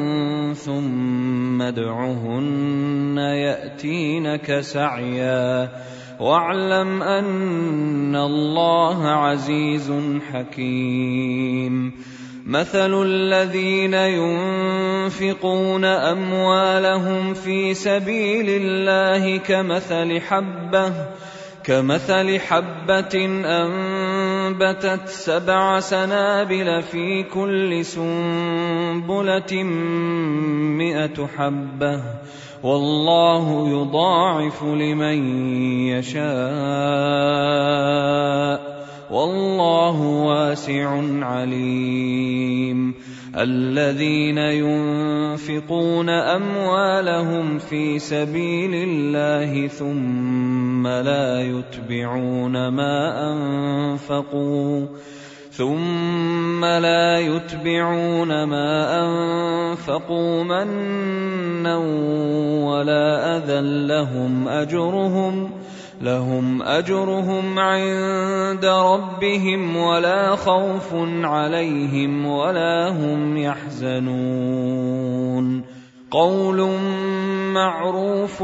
ثم ادعهن يأتينك سعيا واعلم أن الله عزيز حكيم. مثل الذين ينفقون أموالهم في سبيل الله كمثل حبة كمثل حبة أنبتت سبع سنابل في كل سنبلة مئة حبة والله يضاعف لمن يشاء والله واسع عليم. الذين ينفقون أموالهم في سبيل الله ثم لا يتبعون ما أنفقوا ثم لا يتبعون ما أنفقوا منا ولا أذى لهم أجرهم لهم أجرهم عند ربهم ولا خوف عليهم ولا هم يحزنون. قول معروف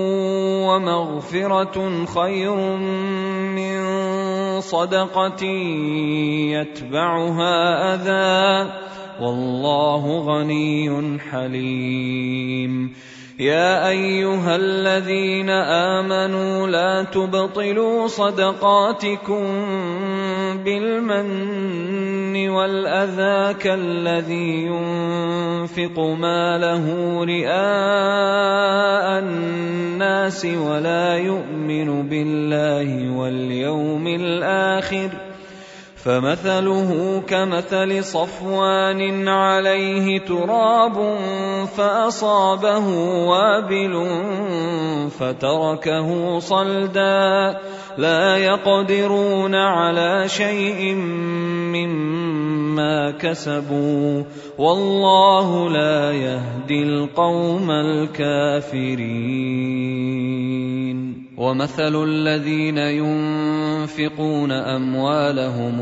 ومغفرة خير من صدقة يتبعها أذى والله غني حليم. يا أيها الذين آمنوا لا تبطلوا صدقاتكم بالمن والأذى كالذي ينفق ماله رئاء الناس ولا يؤمن بالله واليوم الآخر فمثله كمثل صفوان عليه تراب فأصابه وابل فتركه صلدا لا يقدرون على شيء مما كسبوا والله لا يهدي القوم الكافرين. ومثل الذين ينفقون أموالهم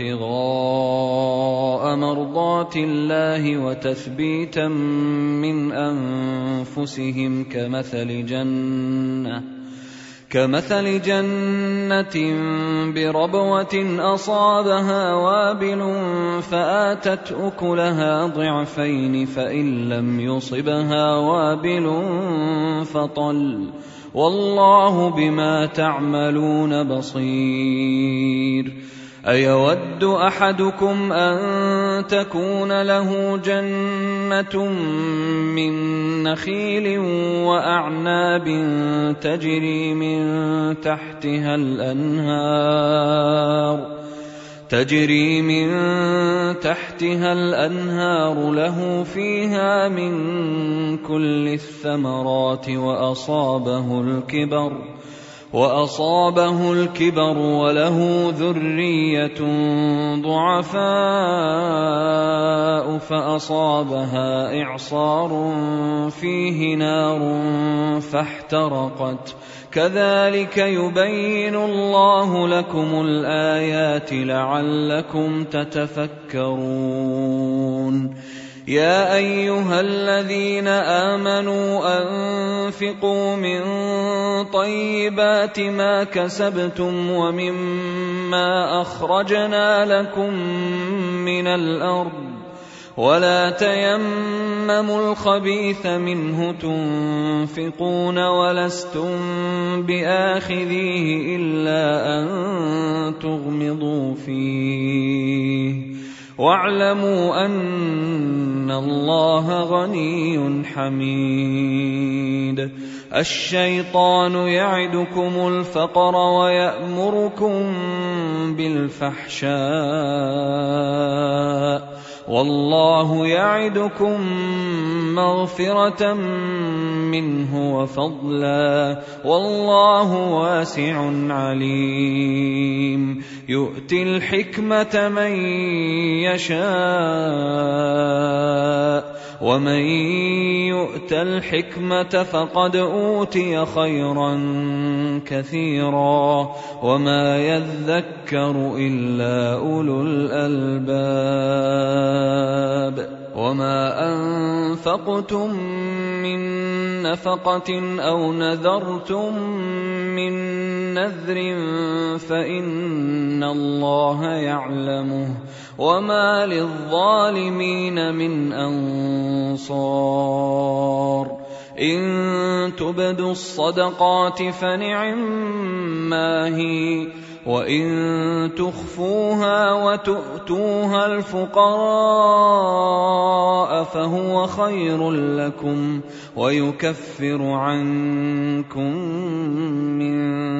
ابتغاء مرضات الله وتثبيتا من أنفسهم كمثل جنة كمثل جنة بربوة أصابها وابل فآتت أكلها ضعفين فإن لم يصبها وابل فطل والله بما تعملون بصير. أيود أحدكم أن تكون له جنة من نخيل وأعناب تجري من تحتها الأنهار تجري من تحتها الأنهار له فيها من كل الثمرات وأصابه الكبر وأصابه الكبر وله ذرية ضعفاء فأصابها إعصار فيه نار فاحترقت كذلك يبين الله لكم الآيات لعلكم تتفكرون يا أيها الذين آمنوا أنفقوا من طيبات ما كسبتم ومما أخرجنا لكم من الأرض ولا تيمموا الخبيث منه تنفقون ولستم بآخذيه إلا أن تغمضوا فيه واعلموا أن الله غني حميد الشيطان يعدكم الفقر ويأمركم بالفحشاء والله يعدكم مغفرة منه وفضلا والله واسع عليم يؤتي الحكمة من يشاء ومن يؤت الحكمة فقد أوتي خيرا كثيرا وما يذكر إلا أولو الألباب وما أنفقتم من نفقة أو نذرتم من نذر فإن الله يعلمه وما للظالمين من أنصار إن تبدوا الصدقات فنعما هي وإن تخفوها وتؤتوها الفقراء فهو خير لكم ويكفر عنكم من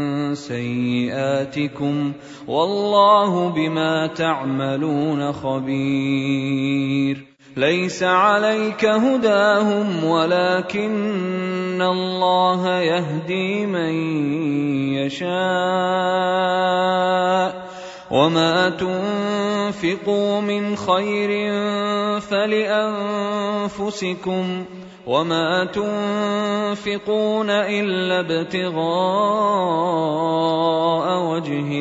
سيئاتكم والله بما تعملون خبير ليس عليك هداهم ولكن الله يهدي من يشاء وما تنفقوا من خير فلأنفسكم وما تنفقون إلا ابتغاء وجه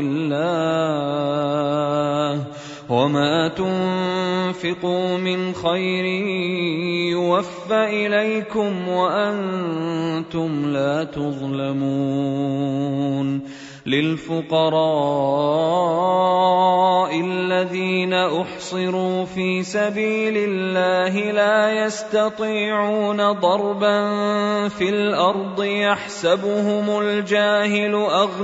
الله وما تنفقوا من خير يوفى إليكم وأنتم لا تظلمون للفقراء الذين أحصروا في سبيل الله لا يستطيعون ضربا في الأرض يحسبهم الجاهل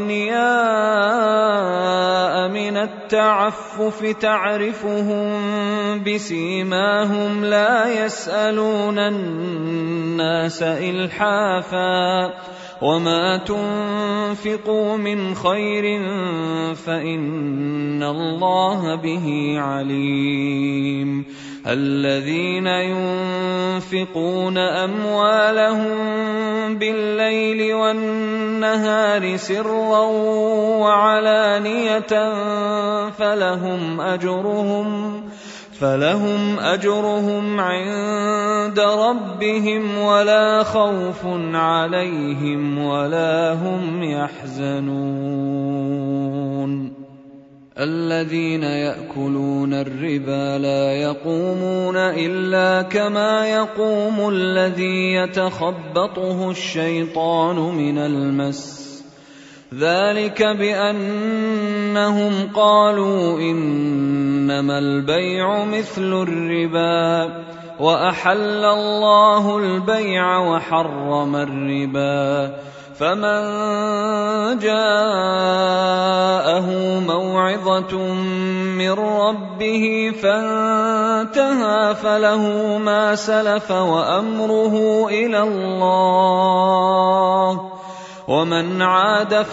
أغنياء من التعفف تعرفهم بسيماهم لا يسألون الناس إلحافا وما تنفقوا من خير فإن الله به عليم الذين ينفقون أموالهم بالليل والنهار سرا وعلانية فلهم أجرهم فلهم أجرهم عند ربهم ولا خوف عليهم ولا هم يحزنون الذين يأكلون الربا لا يقومون إلا كما يقوم الذي يتخبطه الشيطان من المس ذلك بأنهم قالوا إنما البيع مثل الربا وأحل الله البيع وحرم الربا فمن جاءه موعظة من ربه فانتهى فله ما سلف وأمره إلى الله ومن عاد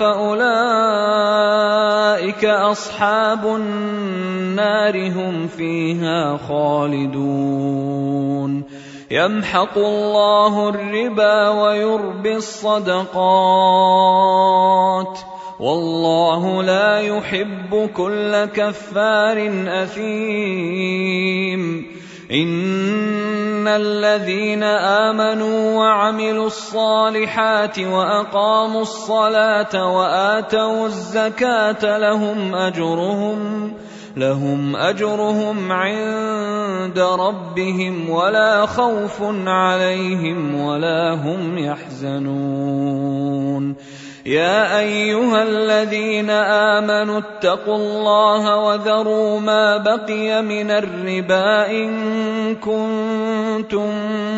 فأولئك أصحاب النار هم فيها خالدون يمحق الله الربا ويربي الصدقات والله لا يحب كل كفار أثيم إن الذين آمنوا وعملوا الصالحات وأقاموا الصلاة وآتوا الزكاة لهم أجرهم لهم أجرهم عند ربهم ولا خوف عليهم ولا هم يحزنون يا أيها الذين آمنوا اتقوا الله وذروا ما بقي من الربا إن كنتم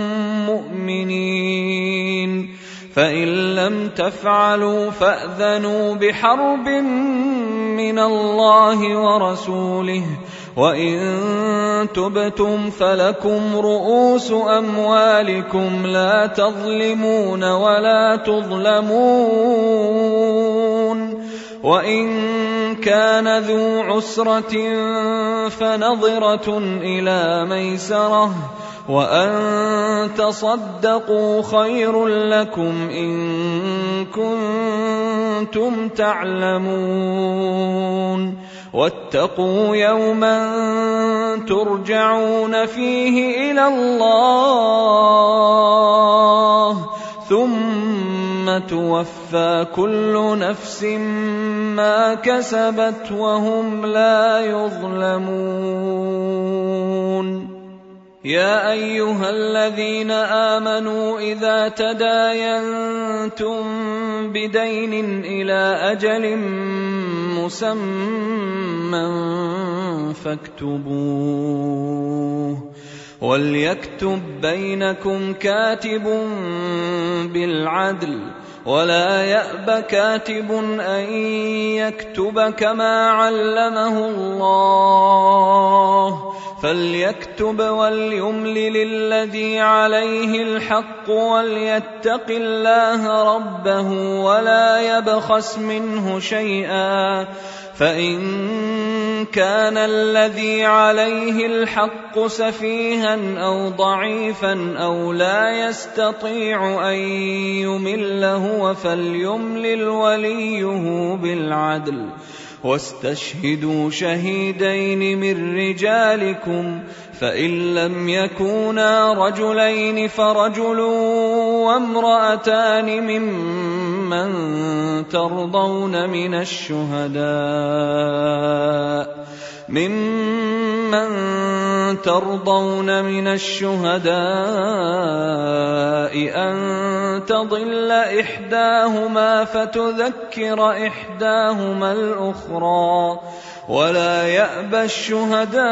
مؤمنين فإن لم تفعلوا فأذنوا بحرب من الله ورسوله وإن تبتم فلكم رؤوس أموالكم لا تظلمون ولا تظلمون وإن كان ذو عسرة فنظرة إلى ميسرة وأن تصدقوا خير لكم إن كنتم تعلمون واتقوا يوما ترجعون فيه إلى الله ثم توفى كل نفس ما كسبت وهم لا يظلمون يا أيها الذين آمنوا إذا تداينتم بدين إلى أجل مسمى فاكتبوه وليكتب بينكم كاتب بالعدل ولا يأب كاتب أن يكتب كما علمه الله فليكتب وليملل الذي عليه الحق وليتق الله ربه ولا يبخس منه شيئا فإن كان الذي عليه الحق سفيها أو ضعيفا أو لا يستطيع أن يمل هو فليملل وليه بالعدل واستشهدوا شهيدين من رجالكم فإن لم يكونا رجلين فرجل وامرأتان ممن ترضون من الشهداء ممن ترضون من الشهداء أن تضل إحداهما فتذكر إحداهما الأخرى ولا يأبى الشهداء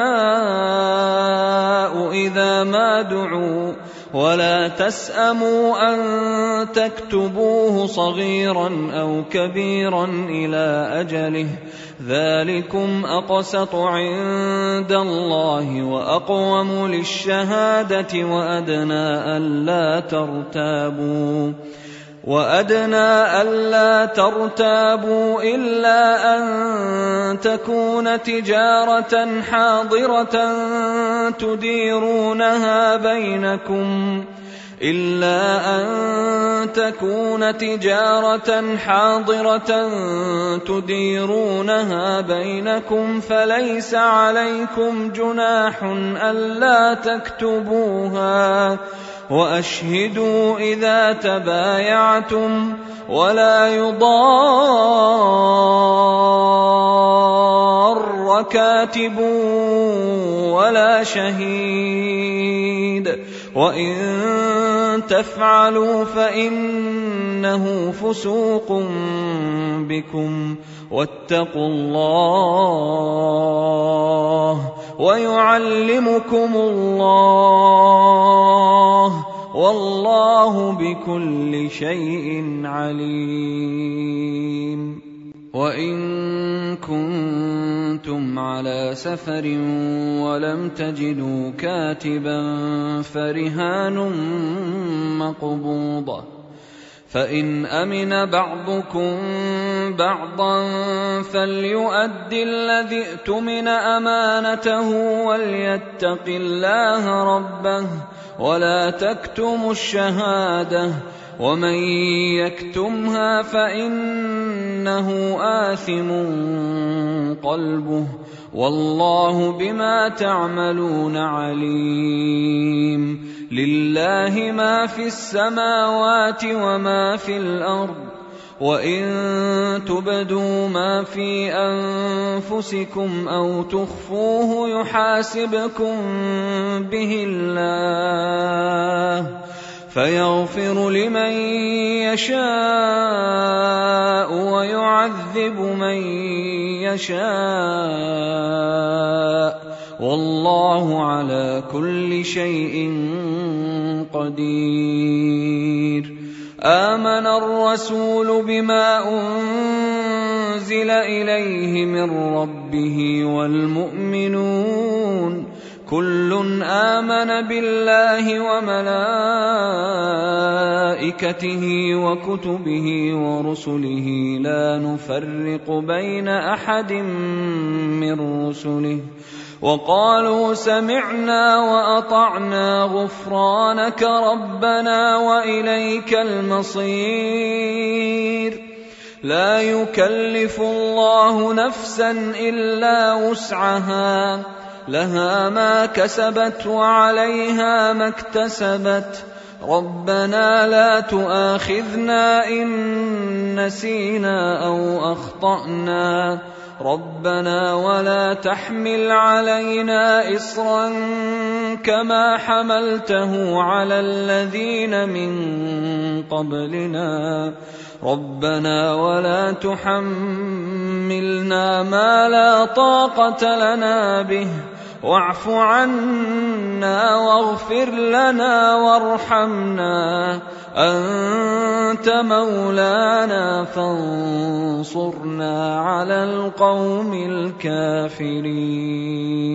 إذا ما دعوا ولا تسأموا أن تكتبوه صغيرا أو كبيرا إلى أجله ذلكم أقسط عند الله وأقوم للشهادة وأدنى ألا ترتابوا وأدنى ألا ترتابوا إلا أن تكون تجارة حاضرة تديرونها بينكم إلا أن تكون تجارة حاضرة تديرونها بينكم فليس عليكم جناح ألا تكتبوها وأشهدوا إذا تبايعتم ولا يضار كاتب ولا شهيد وإن تفعلوا فإنه فسوق بكم واتقوا الله ويعلمكم الله والله بكل شيء عليم وإن كنتم على سفر ولم تجدوا كاتبا فرهان مقبوضة فإن أمن بعضكم بعضا فليؤد الذي اؤتمن أمانته وليتق الله ربه ولا تكتموا الشهادة ومن يكتمها فإنه آثم قلبه والله بما تعملون عليم. لله ما في السماوات وما في الأرض وإن تبدوا ما في أنفسكم أو تخفوه يحاسبكم به الله فيغفر لمن يشاء ويعذب من يشاء والله على كل شيء قدير. آمن الرسول بما أنزل إليه من ربه والمؤمنون كل آمن بالله وملائكته وكتبه ورسله لا نفرق بين أحد من رسله وقالوا سمعنا وأطعنا غفرانك ربنا وإليك المصير. لا يكلف الله نفسا إلا وسعها لها ما كسبت وعليها ما اكتسبت ربنا لا تؤاخذنا إن نسينا أو أخطأنا ربنا ولا تحمل علينا إصرا كما حملته على الذين من قبلنا ربنا ولا تحملنا ما لا طاقة لنا به واعف عنا واغفر لنا وارحمنا أنت مولانا فانصرنا على القوم الكافرين.